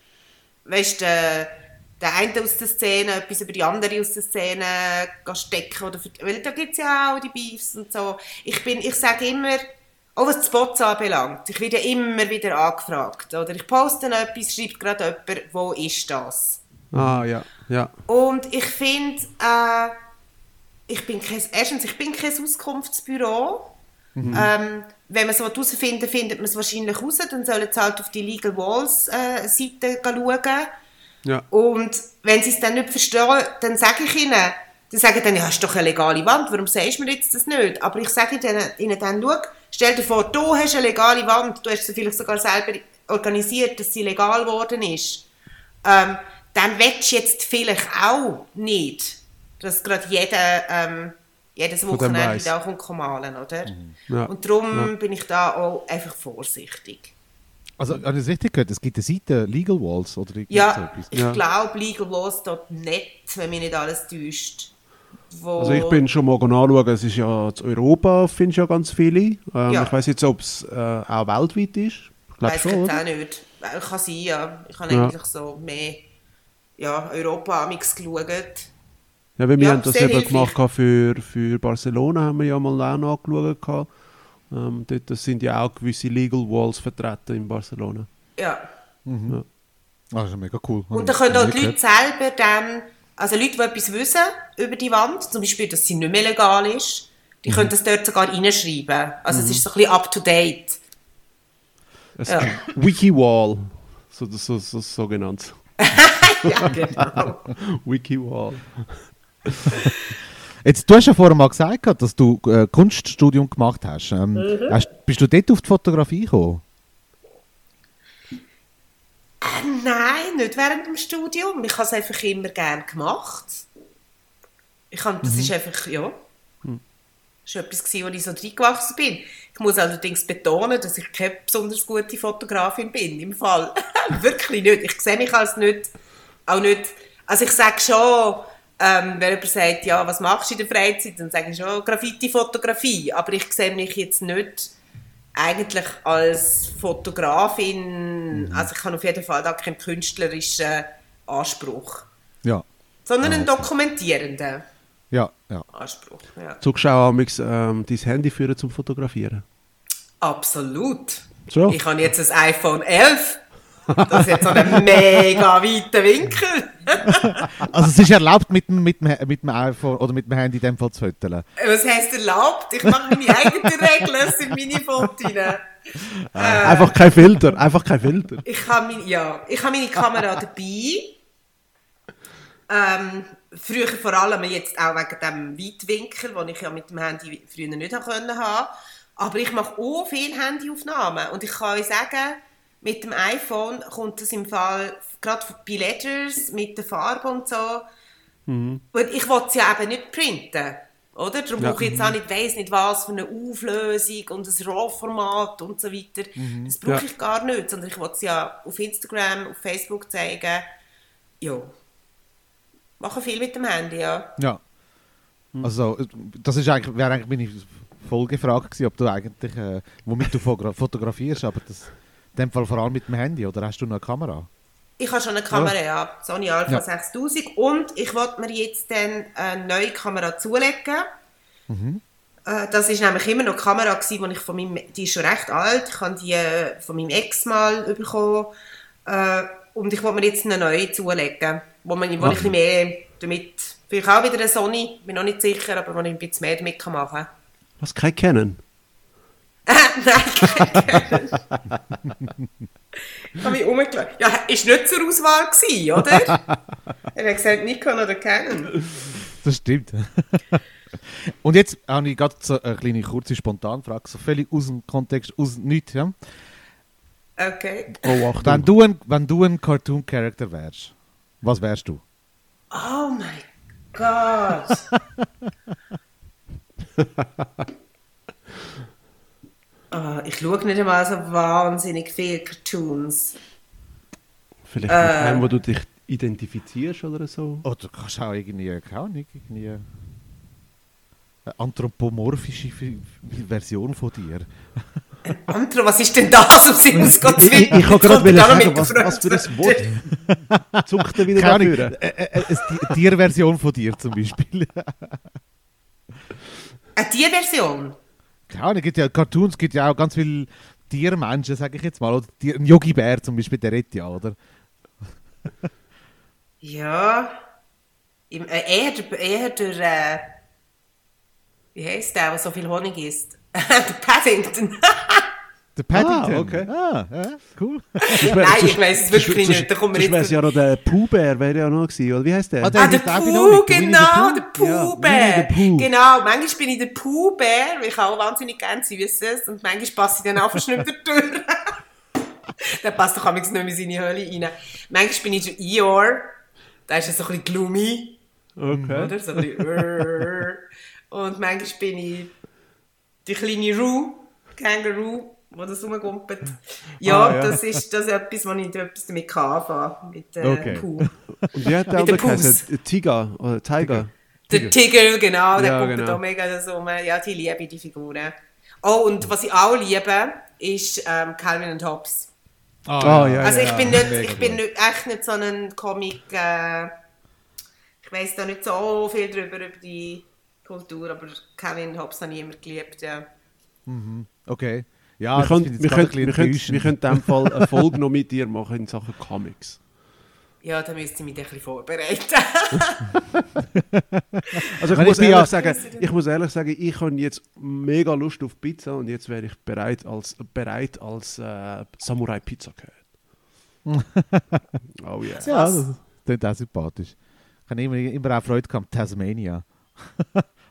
weißt du, der, der eine aus der Szene etwas über die andere aus der Szene stecken oder... Weil da gibt es ja auch die Beefs und so. Ich bin, ich sage immer, auch was die Spots anbelangt, ich werde immer wieder angefragt. Oder ich poste noch etwas, schreibt gerade jemand, wo ist das? Ah, ja, ja. Und ich finde, äh, ich bin kein, erstens, ich bin kein Auskunftsbüro. Mhm. Ähm, wenn man es herausfinden will, findet man es wahrscheinlich raus, dann sollen sie halt auf die Legal Walls äh, Seite schauen. Ja. Und wenn sie es dann nicht verstehen, dann sage ich ihnen, dann sagen dann, ja, ist doch eine legale Wand, warum sagst du mir jetzt das nicht? Aber ich sage ihnen dann, schau, stell dir vor, du hast eine legale Wand, du hast sie vielleicht sogar selber organisiert, dass sie legal geworden ist. Ähm, dann willst du jetzt vielleicht auch nicht, dass gerade jeder ähm, jedes Wochenende wieder auch kommt malen, oder? Mhm. Ja. Und darum ja. bin ich da auch einfach vorsichtig. Also, habe ich das richtig gehört? Es gibt eine Seite Legal Walls oder ja, so etwas? Ich ja, ich glaube legal walls dot net, wenn mich nicht alles täuscht. Wo also ich bin schon mal anschauen, es ist ja in Europa, findest du ja ganz viele. Ähm, ja. Ich weiss jetzt, ob es äh, auch weltweit ist. Ich glaube schon, auch nicht. Kann sein, ja. Ich habe ja. eigentlich so mehr... Ja, Europa amix geschaut. Ja, weil wir ja, haben das eben gemacht für, für Barcelona, haben wir ja mal auch angeschaut. Ähm, dort sind ja auch gewisse Legal Walls vertreten in Barcelona. Ja. Mhm. ja. Das ist mega cool. Und dann können auch die Leute selber dann, also Leute, die etwas wissen über die Wand, zum Beispiel, dass sie nicht mehr legal ist, die mhm. können das dort sogar reinschreiben. Also mhm. es ist so ein bisschen up to date. Ja. Wikiwall, so, so, so, so genannt. Ja, genau. Wikiwall. Jetzt, du hast ja vorher mal gesagt, dass du äh, Kunststudium gemacht hast. Ähm, mhm. hast. Bist du dort auf die Fotografie gekommen? Äh, nein, nicht während dem Studium. Ich habe es einfach immer gerne gemacht. Ich hab, das mhm. ist einfach, ja, mhm. das war etwas, wo ich so reingewachsen bin. Ich muss allerdings betonen, dass ich keine besonders gute Fotografin bin, im Fall. Wirklich nicht. Ich sehe mich als nicht, auch nicht, also ich sage schon, ähm, wenn jemand sagt, ja, was machst du in der Freizeit, dann sage ich schon Graffiti-Fotografie. Aber ich sehe mich jetzt nicht eigentlich als Fotografin, mhm. also ich habe auf jeden Fall da keinen künstlerischen Anspruch. Ja. Sondern ja, einen dokumentierenden ja, ja. Anspruch. Ja. Zugst du auch ähm, dein Handy führen zum Fotografieren? Absolut. So. Ich habe jetzt ein iPhone elf. Das ist jetzt so ein mega weiter Winkel. Also es ist erlaubt, mit dem, mit, dem, mit dem iPhone oder mit dem Handy in dem Fall zu fotografieren? Was heisst erlaubt? Ich mache meine eigenen Regeln, das sind meine Fotos. Äh, einfach kein Filter, einfach kein Filter. Ich habe meine, ja, ich habe meine Kamera dabei. Ähm, früher vor allem jetzt auch wegen dem Weitwinkel, den ich ja mit dem Handy früher nicht haben konnte. Aber ich mache auch viele Handyaufnahmen. Und ich kann euch sagen, mit dem iPhone kommt das im Fall, gerade bei Ledgers, mit der Farbe und so. Mhm. Und ich will es ja eben nicht printen. Oder? Darum ja. brauche ich jetzt auch nicht, weiss nicht was für eine Auflösung und ein RAW-Format und so weiter. Mhm. Das brauche ja. ich gar nicht, sondern ich will es ja auf Instagram, auf Facebook zeigen. Ja. Mache viel mit dem Handy, ja. Ja. Also, das ist eigentlich, wäre eigentlich meine Folgefrage gewesen, ob du eigentlich, äh, womit du fotografierst, aber das in dem Fall vor allem mit dem Handy, oder hast du noch eine Kamera? Ich habe schon eine Kamera, ja. ja. Sony Alpha ja. sechstausend. Und ich wollte mir jetzt dann eine neue Kamera zulegen. Mhm. Äh, das war nämlich immer noch eine Kamera, die ich von meinem, die ist schon recht alt, ich habe die von meinem Ex mal bekommen. Äh, und ich wollte mir jetzt eine neue zulegen, wo, man, wo okay. ich ein bisschen mehr damit, vielleicht auch wieder eine Sony, bin noch nicht sicher, aber wo ich ein bisschen mehr damit machen kann. Was, kein Canon? Nein, kein Canon. Ich habe mich umgeschaut. Ja, ist nicht zur Auswahl gewesen, oder? Er hat gesagt, Nikon oder Canon. Das stimmt. Und jetzt habe ich gerade so eine kleine, kurze Spontanfrage, so völlig aus dem Kontext, aus nichts. Ja? Okay. Oh, Achtung. Wenn du ein, wenn du ein Cartoon-Character wärst, was wärst du? Oh mein Gott. Oh, ich schaue nicht einmal so wahnsinnig viele Cartoons. Vielleicht äh, mit einem, wo du dich identifizierst oder so? Oder kannst du auch irgendwie, auch nicht, irgendwie eine anthropomorphische Version von dir. Anthro, was ist denn das? Aus ihm ich ich, ich kann gerade sagen, was, was für ein Wort zuckt er wieder dafür? Eine Tierversion von dir zum Beispiel. Eine Tierversion? Keine Ahnung, gibt ja Cartoons, gibt ja auch ganz viele Tiermenschen, sage ich jetzt mal. Oder Tier, ein Yogi-Bär zum Beispiel, der redet ja, oder? Ja. Im, äh, eher, eher der, äh, wie heisst der, der so viel Honig isst? Der Paddington. Der Paddington? Ah, okay. Ah, ja, cool. Nein, ich weiss es wirklich nicht. Da kommen wir jetzt... ja noch der Pooh-Bär, wäre ja noch gewesen, oder wie heisst der? Ah, der, ah, der Pooh, genau, der Pooh-Bär. Ja, genau, manchmal bin ich der Pooh-Bär, weil ich auch wahnsinnig gerne sie wissen es, und manchmal passe ich dann auch fast nicht durch. Der passt doch nicht mehr in seine Höhle rein. Manchmal bin ich der Eeyore, der ist ja so ein bisschen gloomy. Okay. Oder? So ein bisschen... Und manchmal bin ich die kleine Roo, Kangaroo, wo das rumgumpelt. Ja, ah, ja, das ist, das ist etwas, wo ich etwas damit anfangen kann, mit äh, okay. Puh. Und wie hat der andere geheißen? Tiger oder Tiger? Der Tiger, genau, der ja, gumpelt genau. auch mega so rum. Ja, die liebe die Figuren. Oh, und was ich auch liebe, ist ähm, Calvin und Hobbes. Oh, ja. ja, also ich ja, bin, ja. nicht, ich bin nicht, echt nicht so ein Comic... Äh, ich weiss da nicht so viel drüber, über die Kultur, aber Calvin und Hobbes habe ich immer geliebt, ja. Mhm. Okay. Ja, wir können, wir, können, wir, können, wir können in diesem Fall eine Folge noch mit dir machen in Sachen Comics. Ja, da müsste ich mich ein bisschen vorbereiten. Also ich muss, ich, ehrlich sagen, ich muss ehrlich sagen, ich habe jetzt mega Lust auf Pizza und jetzt wäre ich bereit als, bereit als äh, Samurai Pizza gehört. Oh yeah. Ja, das klingt auch sympathisch. Ich habe immer, immer auch Freude gehabt, Tasmania.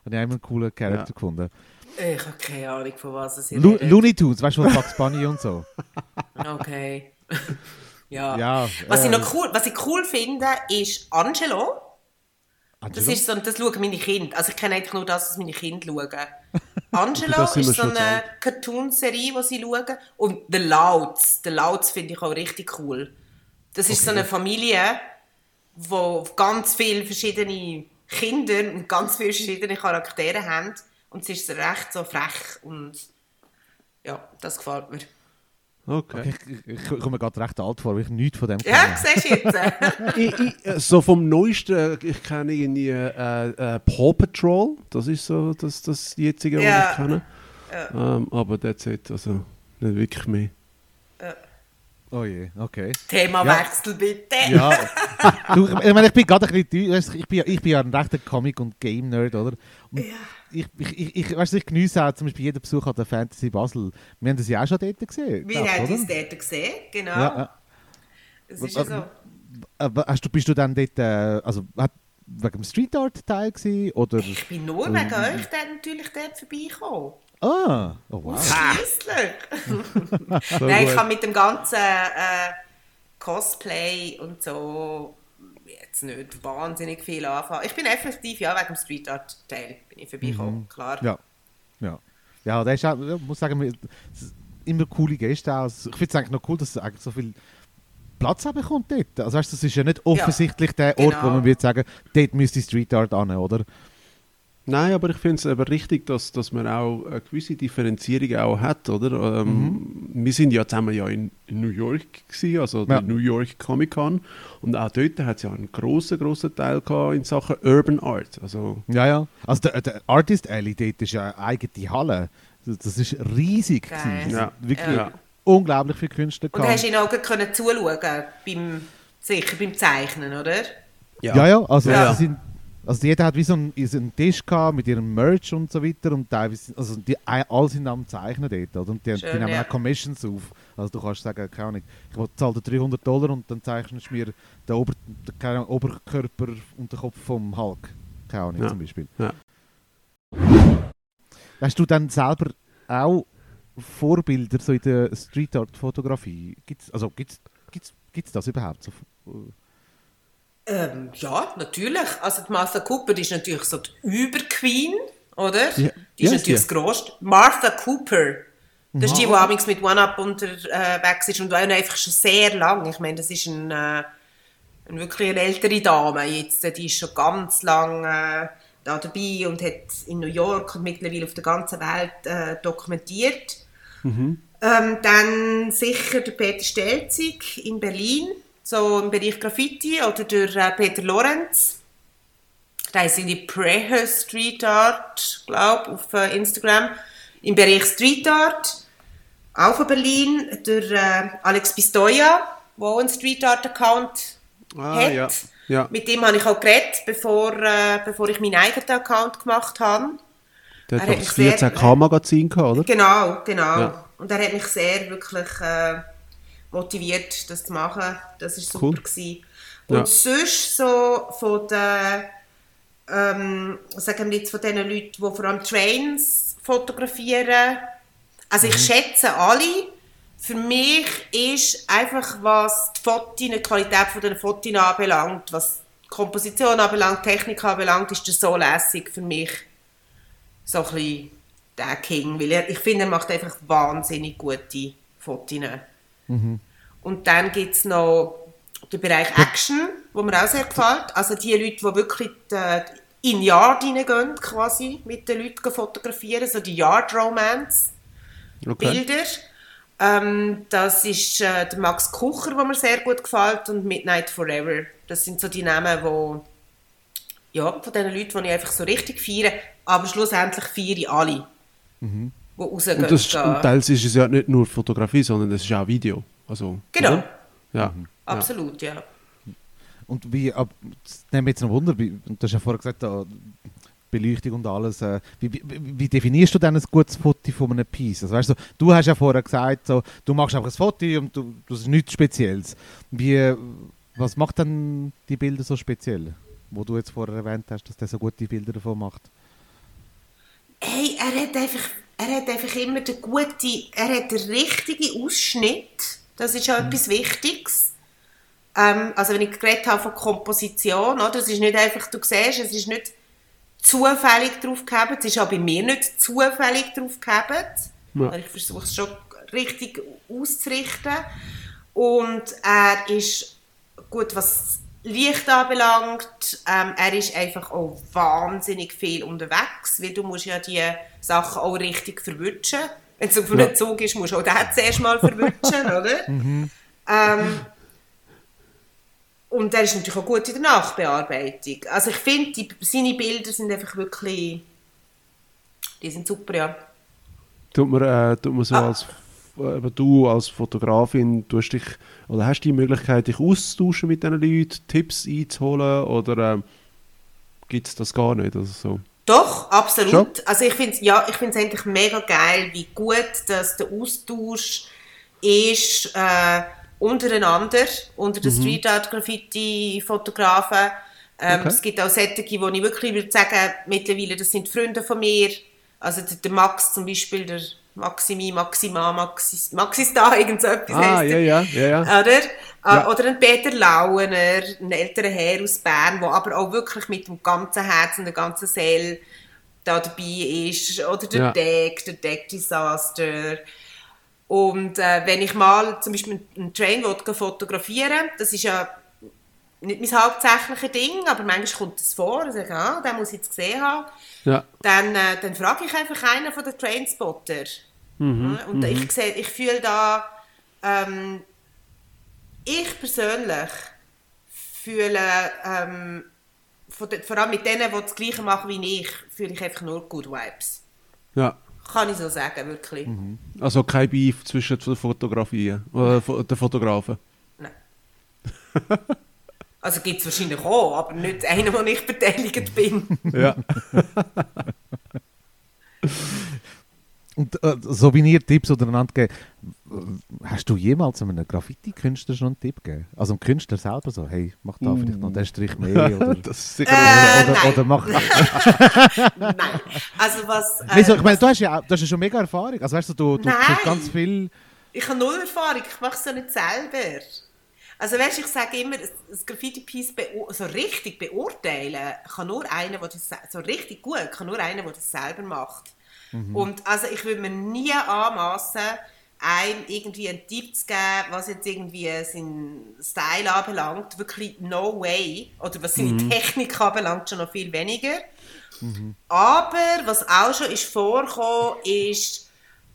Habe ich immer einen coolen Charakter Ja. gefunden. Ich habe keine Ahnung, von was es hier Lo redet. Looney Tunes, weißt du, von Bugs Bunny und so. Okay. ja. Ja, Was, äh, ich noch cool, was ich cool finde, ist Angelo. Das, Angelo? ist so, das schauen meine Kinder. Also ich kenne eigentlich nur das, was meine Kinder schauen. Angelo das sind wir ist so schon zu eine alt. Cartoon-Serie, die sie schauen. Und The Louds. The Louds finde ich auch richtig cool. Das ist so eine Familie, wo ganz viele verschiedene Kinder und ganz viele verschiedene Charaktere haben. Und es ist recht so frech und ja, das gefällt mir. Okay. Ich, ich, ich komme mir gerade recht alt vor, weil ich nichts von dem Ja, kenne. siehst du jetzt? ich, ich, äh, so vom Neuesten, ich kenne irgendwie äh, äh, Paw Patrol, das ist so das, das jetzige, was Ja. ich kenne. Ähm, aber that's it, also nicht wirklich mehr. Oh je, okay. Themawechsel bitte. Ja, du, ich, meine, ich bin gerade ein bisschen, weißt, ich bin, ich bin ja ein rechter Comic- und Game-Nerd, oder? Und Ja. ich, ich, ich, ich, weißt, ich geniesse auch zum Beispiel jeden Besuch an der Fantasy Basel. Wir haben das ja auch schon dort gesehen. Wir glaub, haben oder? uns dort gesehen, genau. Ja, ja. Es ist ja so. Aber hast du, bist du dann dort, äh, also hat, wegen dem Street Art Teil gewesen, oder? Ich bin nur wegen euch dann natürlich dort vorbeigekommen. Ah, oh wow. Ausschliesslich. So Nein, ich gut. kann mit dem ganzen äh, Cosplay und so jetzt nicht wahnsinnig viel anfangen. Ich bin effektiv, ja, wegen dem Street Art Teil bin ich vorbeigekommen, klar. Ja, ja. Ja, das ist auch, ich muss sagen, wir- es sind immer coole Gäste auch. Also, ich finde es eigentlich noch cool, dass es eigentlich so viel Platz haben bekommt dort. Also weißt, das ist ja nicht offensichtlich der Ort, genau. wo man würde sagen, dort müsste Street Art an, oder? Nein, aber ich finde es aber richtig, dass, dass man auch eine gewisse Differenzierung auch hat, oder? Ähm, Wir sind ja zusammen ja in, in New York gewesen, also Ja. der New York Comic Con, und auch dort hat es ja einen grossen, grossen Teil gehabt in Sachen Urban Art. Also Ja, ja. Also der, der Artist Alley dort ist ja eine eigene Halle. Das, das ist riesig. Geil. gewesen. Es Ja. hat Wirklich Ja. unglaublich viele Künstler Und hast du ihnen auch gut können zuschauen beim, sicher beim Zeichnen, oder? Ja, ja. Also, Ja. sie sind, also jeder hat wie so einen, so einen Tisch gehabt mit ihrem Merch und so weiter und teilweise, also die alle sind am Zeichnen dort, oder? Und die, Schön, die nehmen ja. auch Commissions auf. Also du kannst sagen, keine Ahnung, ich will- zahle dir dreihundert Dollar und dann zeichnest du mir den, Ober, den keine Ahnung, Oberkörper und den Kopf vom Hulk. Keine Ahnung, Ja. zum Beispiel. Ja. Hast du dann selber auch Vorbilder so in der Street Art Fotografie? Gibt's, also gibt's, gibt's, gibt's das überhaupt? So, Ähm, ja, natürlich. Also die Martha Cooper ist natürlich so die Überqueen, oder? Ja, Die ist ja, natürlich ja. das Grosste. Martha Cooper. Das ist die, die amigs mit One-Up unterwegs ist und auch einfach schon sehr lang. Ich meine, das ist ein, äh, eine wirklich eine ältere Dame jetzt. Die ist schon ganz lang äh, da dabei und hat in New York und mittlerweile auf der ganzen Welt äh, dokumentiert. Ähm, dann sicher der Peter Stelzig in Berlin, so im Bereich Graffiti, oder der äh, Peter Lorenz. Da sind die Prehe Street Art, glaube ich, auf äh, Instagram. Im Bereich Street Art, auch von Berlin, der äh, Alex Pistoia, der auch einen Street Art Account Ah, hat. ja. Ja. Mit dem habe ich auch geredet, bevor, äh, bevor ich meinen eigenen Account gemacht habe. Der Er hat hat doch mich das sehr- vierzehn K-Magazin gehabt, oder? Genau, genau. Ja. Und er hat mich sehr wirklich äh, motiviert, das zu machen. Das war super. Cool. Gewesen. Und Ja. sonst so von den, ähm, sagen wir jetzt von den Leuten, die vor allem Trains fotografieren. Also ich schätze alle. Für mich ist einfach, was die Fotos, die Qualität von den Fotos anbelangt, was die Komposition anbelangt, Technik anbelangt, ist das so lässig für mich so ein bisschen der King, weil er, ich finde, er macht einfach wahnsinnig gute Fotos. Und dann gibt es noch den Bereich Action, wo mir auch sehr gefällt. Also die Leute, die wirklich die, in Yard reingehen, quasi, mit den Leuten fotografieren, so die Yard Romance Okay. Bilder. Ähm, das ist äh, der Max Kucher, der mir sehr gut gefällt, und Midnight Forever. Das sind so die Namen, wo, ja, von den Leuten, die ich einfach so richtig feiere. Aber schlussendlich feiere ich alle, die rausgehen. Und, das, ist- da. und teils ist es ja nicht nur Fotografie, sondern es ist auch Video. Also, Genau, oder? Ja. absolut, ja. Und wie, ab, das nimmt mich jetzt noch Wunder, wie, und du hast ja vorher gesagt, da, Beleuchtung und alles, äh, wie, wie, wie definierst du denn ein gutes Foto von einem Piece? Also, weißt du, du hast ja vorher gesagt, so, du machst einfach ein Foto und du, das ist nichts Spezielles. Wie, was macht denn die Bilder so speziell? Wo du jetzt vorher erwähnt hast, dass der so gute Bilder davon macht? hat einfach, er hat einfach immer den guten, er hat den richtigen Ausschnitt. Das ist ja mhm. etwas Wichtiges. Ähm, also wenn ich geredet habe von Komposition, oder? Es ist nicht einfach, du siehst, es ist nicht zufällig drauf gehabt, es ist auch bei mir nicht zufällig drauf gehabt. Ja. Ich versuche es schon richtig auszurichten. Und er ist, gut, was Licht anbelangt, ähm, er ist einfach auch wahnsinnig viel unterwegs, weil du musst ja die Sachen auch richtig verwutschen. Wenn es auf einem ja. Zug ist, musst du auch den zuerst mal verwutschen, oder? Mhm. Ähm, und er ist natürlich auch gut in der Nachbearbeitung. Also ich finde, seine Bilder sind einfach wirklich, die sind super, ja. Tut man, äh, tut man so ah. als aber du als Fotografin, tust dich, oder hast du die Möglichkeit, dich auszutauschen mit diesen Leuten, Tipps einzuholen, oder ähm, gibt es das gar nicht? Also so? Doch, absolut. Schon? Also ich finde es ja, eigentlich mega geil, wie gut dass der Austausch ist äh, untereinander, unter den mhm. Street Art Graffiti Fotografen. Ähm, okay. Es gibt auch solche, wo ich wirklich würde sagen, mittlerweile, das sind Freunde von mir. Also der, der Max zum Beispiel, der Maximi, Maxima, Maxis, Maxistar, irgend so etwas ah, heisst ja, ja, ja, ja. Oder? Ja. Oder ein Peter Lauener, ein älterer Herr aus Bern, der aber auch wirklich mit dem ganzen Herz und der ganzen Seele da dabei ist. Oder der ja. Deck, der Deck Disaster. Und äh, wenn ich mal zum Beispiel einen Train fotografieren will, das ist ja nicht mein hauptsächliches Ding, aber manchmal kommt es vor, ich sage, ah, den muss ich jetzt gesehen haben. Ja. Dann, äh, dann frage ich einfach einen von den Trainspotter. Mhm, ja, und mhm. ich, seh, ich fühle da, ähm, ich persönlich fühle, ähm, von de, vor allem mit denen, die das Gleiche machen wie ich, fühle ich einfach nur Good Vibes. Ja. Kann ich so sagen, wirklich. Mhm. Also kein Beef zwischen den Fotografien, äh, den Fotografen? Nein. Also gibt es wahrscheinlich auch, aber nicht einer, wo ich beteiligt bin. Ja. Und äh, so wie ihr Tipps untereinander geben, hast du jemals einem Graffiti-Künstler schon einen Tipp gegeben? Also einem Künstler selber so, hey, mach da mm. vielleicht noch den Strich mehr oder, das ist sicher äh, oder, oder, oder mach... Nein, also was... Äh, nee, so, ich meine, du hast ja, du hast ja schon mega Erfahrung, also weißt du, du, du hast ganz viel... Ich habe null Erfahrung, ich mache es ja nicht selber. Also weißt, ich sage immer, das Graffiti-Piece so richtig beurteilen kann nur einer, der das so richtig gut, kann nur einer, der das selber macht. Mhm. Und also ich würde mir nie anmassen, einem irgendwie einen Tipp zu geben, was jetzt irgendwie seinen Style anbelangt, wirklich no way. Oder was seine mhm. Technik anbelangt, schon noch viel weniger. Mhm. Aber was auch schon ist vorgekommen, ist,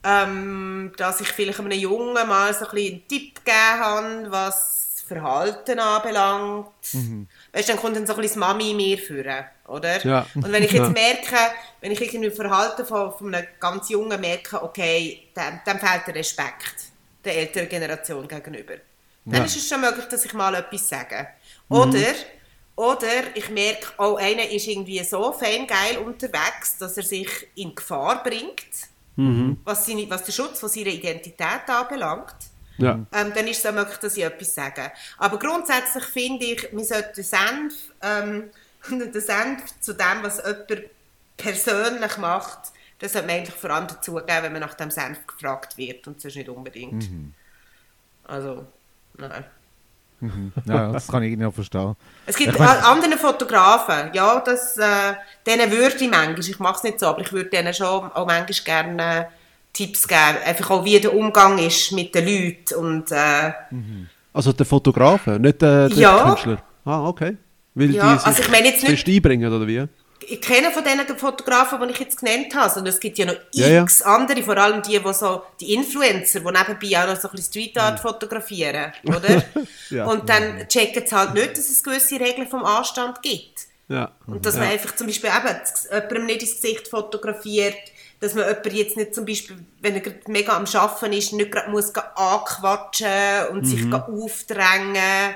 ähm, dass ich vielleicht einem Jungen mal so ein bisschen einen Tipp gegeben habe, was Verhalten anbelangt. Mhm. Weißt du, dann kommt dann so ein bisschen das Mami in mir führen, oder? Ja. Und wenn ich jetzt ja. merke, wenn ich irgendwie Verhalten von, von einer ganz Jungen merke, okay, dem, dem fehlt der Respekt der älteren Generation gegenüber, dann ja. ist es schon möglich, dass ich mal etwas sage. Mhm. Oder, oder ich merke, oh, einer ist irgendwie so fein geil unterwegs, dass er sich in Gefahr bringt, mhm. was, seine, was den Schutz von seiner Identität anbelangt. Ja. Ähm, dann ist es auch möglich, dass ich etwas sage. Aber grundsätzlich finde ich, man sollte den Senf, ähm, den Senf zu dem, was jemand persönlich macht, das sollte man eigentlich vor allem dazugeben, wenn man nach dem Senf gefragt wird und sonst nicht unbedingt. Mhm. Also, nein. Mhm. Ja, das kann ich noch verstehen. Es gibt ich mein... andere Fotografen, ja, das, äh, denen würde ich manchmal, ich mache es nicht so, aber ich würde denen schon auch manchmal gerne Tipps geben, einfach auch wie der Umgang ist mit den Leuten und äh, also der Fotografen, nicht der, der ja. Künstler? Ah, okay. Weil ja, die sich also ich meine jetzt nicht einbringen, oder wie? Ich kenne von denen Fotografen, die ich jetzt genannt habe, sondern es gibt ja noch ja, x ja. andere, vor allem die, die so, die Influencer, die nebenbei auch noch so ein bisschen Street Art fotografieren, oder? ja. Und dann checken sie halt nicht, dass es gewisse Regeln vom Anstand gibt. Ja. Und dass ja. man einfach zum Beispiel eben jemandem nicht ins Gesicht fotografiert, dass man jemanden jetzt nicht zum Beispiel, wenn er gerade mega am Arbeiten ist, nicht gerade muss anquatschen und mhm. sich aufdrängen.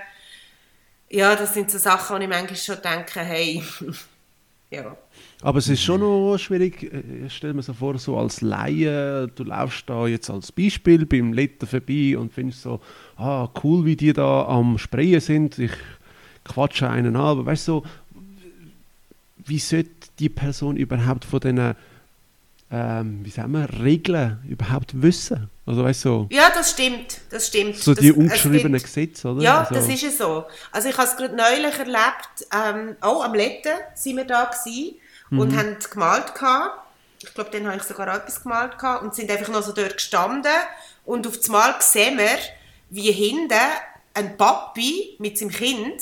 Ja, das sind so Sachen, wo ich manchmal schon denke, hey, ja. Aber es ist schon noch schwierig, ich stelle mir so vor, so als Laie, du laufst da jetzt als Beispiel beim Letter vorbei und findest so, ah, cool, wie die da am Sprayen sind, ich quatsche einen an, aber weißt du, so, wie sollte die Person überhaupt von diesen ähm, wie sagen wir, Regeln überhaupt wissen. Also weißt so. Ja, das stimmt, das stimmt. So das, die ungeschriebenen Gesetze, oder? Ja, also. das ist ja so. Also ich habe es gerade neulich erlebt, ähm, auch am Letten sind wir da gewesen und Mhm. haben gemalt gehabt. Ich glaube, dann habe ich sogar auch etwas gemalt gehabt und sind einfach noch so dort gestanden und auf einmal sehen wir, wie hinten ein Papi mit seinem Kind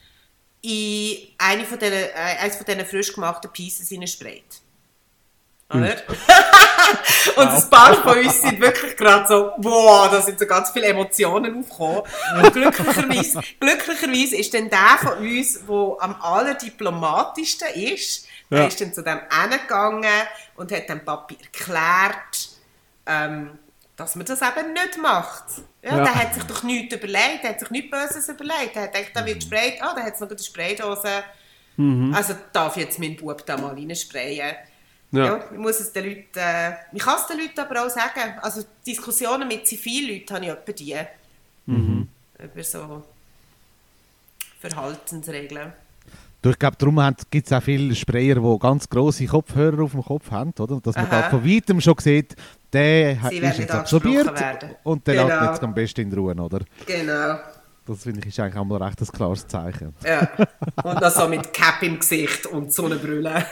in eine von diesen, äh, eines von diesen frisch gemachten Pieces hineinsprayt. Oder? Und ein paar von uns sind wirklich gerade so, boah, da sind so ganz viele Emotionen aufgekommen. Und glücklicherweise, glücklicherweise ist dann der von uns, der am allerdiplomatischsten ist, Ja. der ist dann zu dem hingegangen und hat dem Papi erklärt, ähm, dass man das eben nicht macht. Ja, Ja. Der hat sich doch nichts überlegt, der hat sich nichts Böses überlegt. Der hat gedacht, da wird gesprayt, ah, da hat es noch eine Spraydose. Mhm. Also darf jetzt mein Bub da mal reinsprayen. Ja. Ja, ich muss es den Leuten, äh, ich kann es den Leuten aber auch sagen. Also Diskussionen mit Zivilleuten habe ich etwa die. Mhm. Über so Verhaltensregeln. Du, ich glaube, darum gibt es auch viele Sprayer, die ganz grosse Kopfhörer auf dem Kopf haben, oder? Dass man Aha. da von weitem schon sieht, der hat- Sie ist werden jetzt angesprochen absorbiert werden. und der Genau. lässt jetzt am besten in Ruhe, oder? Genau. Das finde ich ist eigentlich auch mal recht ein klares Zeichen. Ja. Und dann so mit Cap im Gesicht und Sonnenbrille.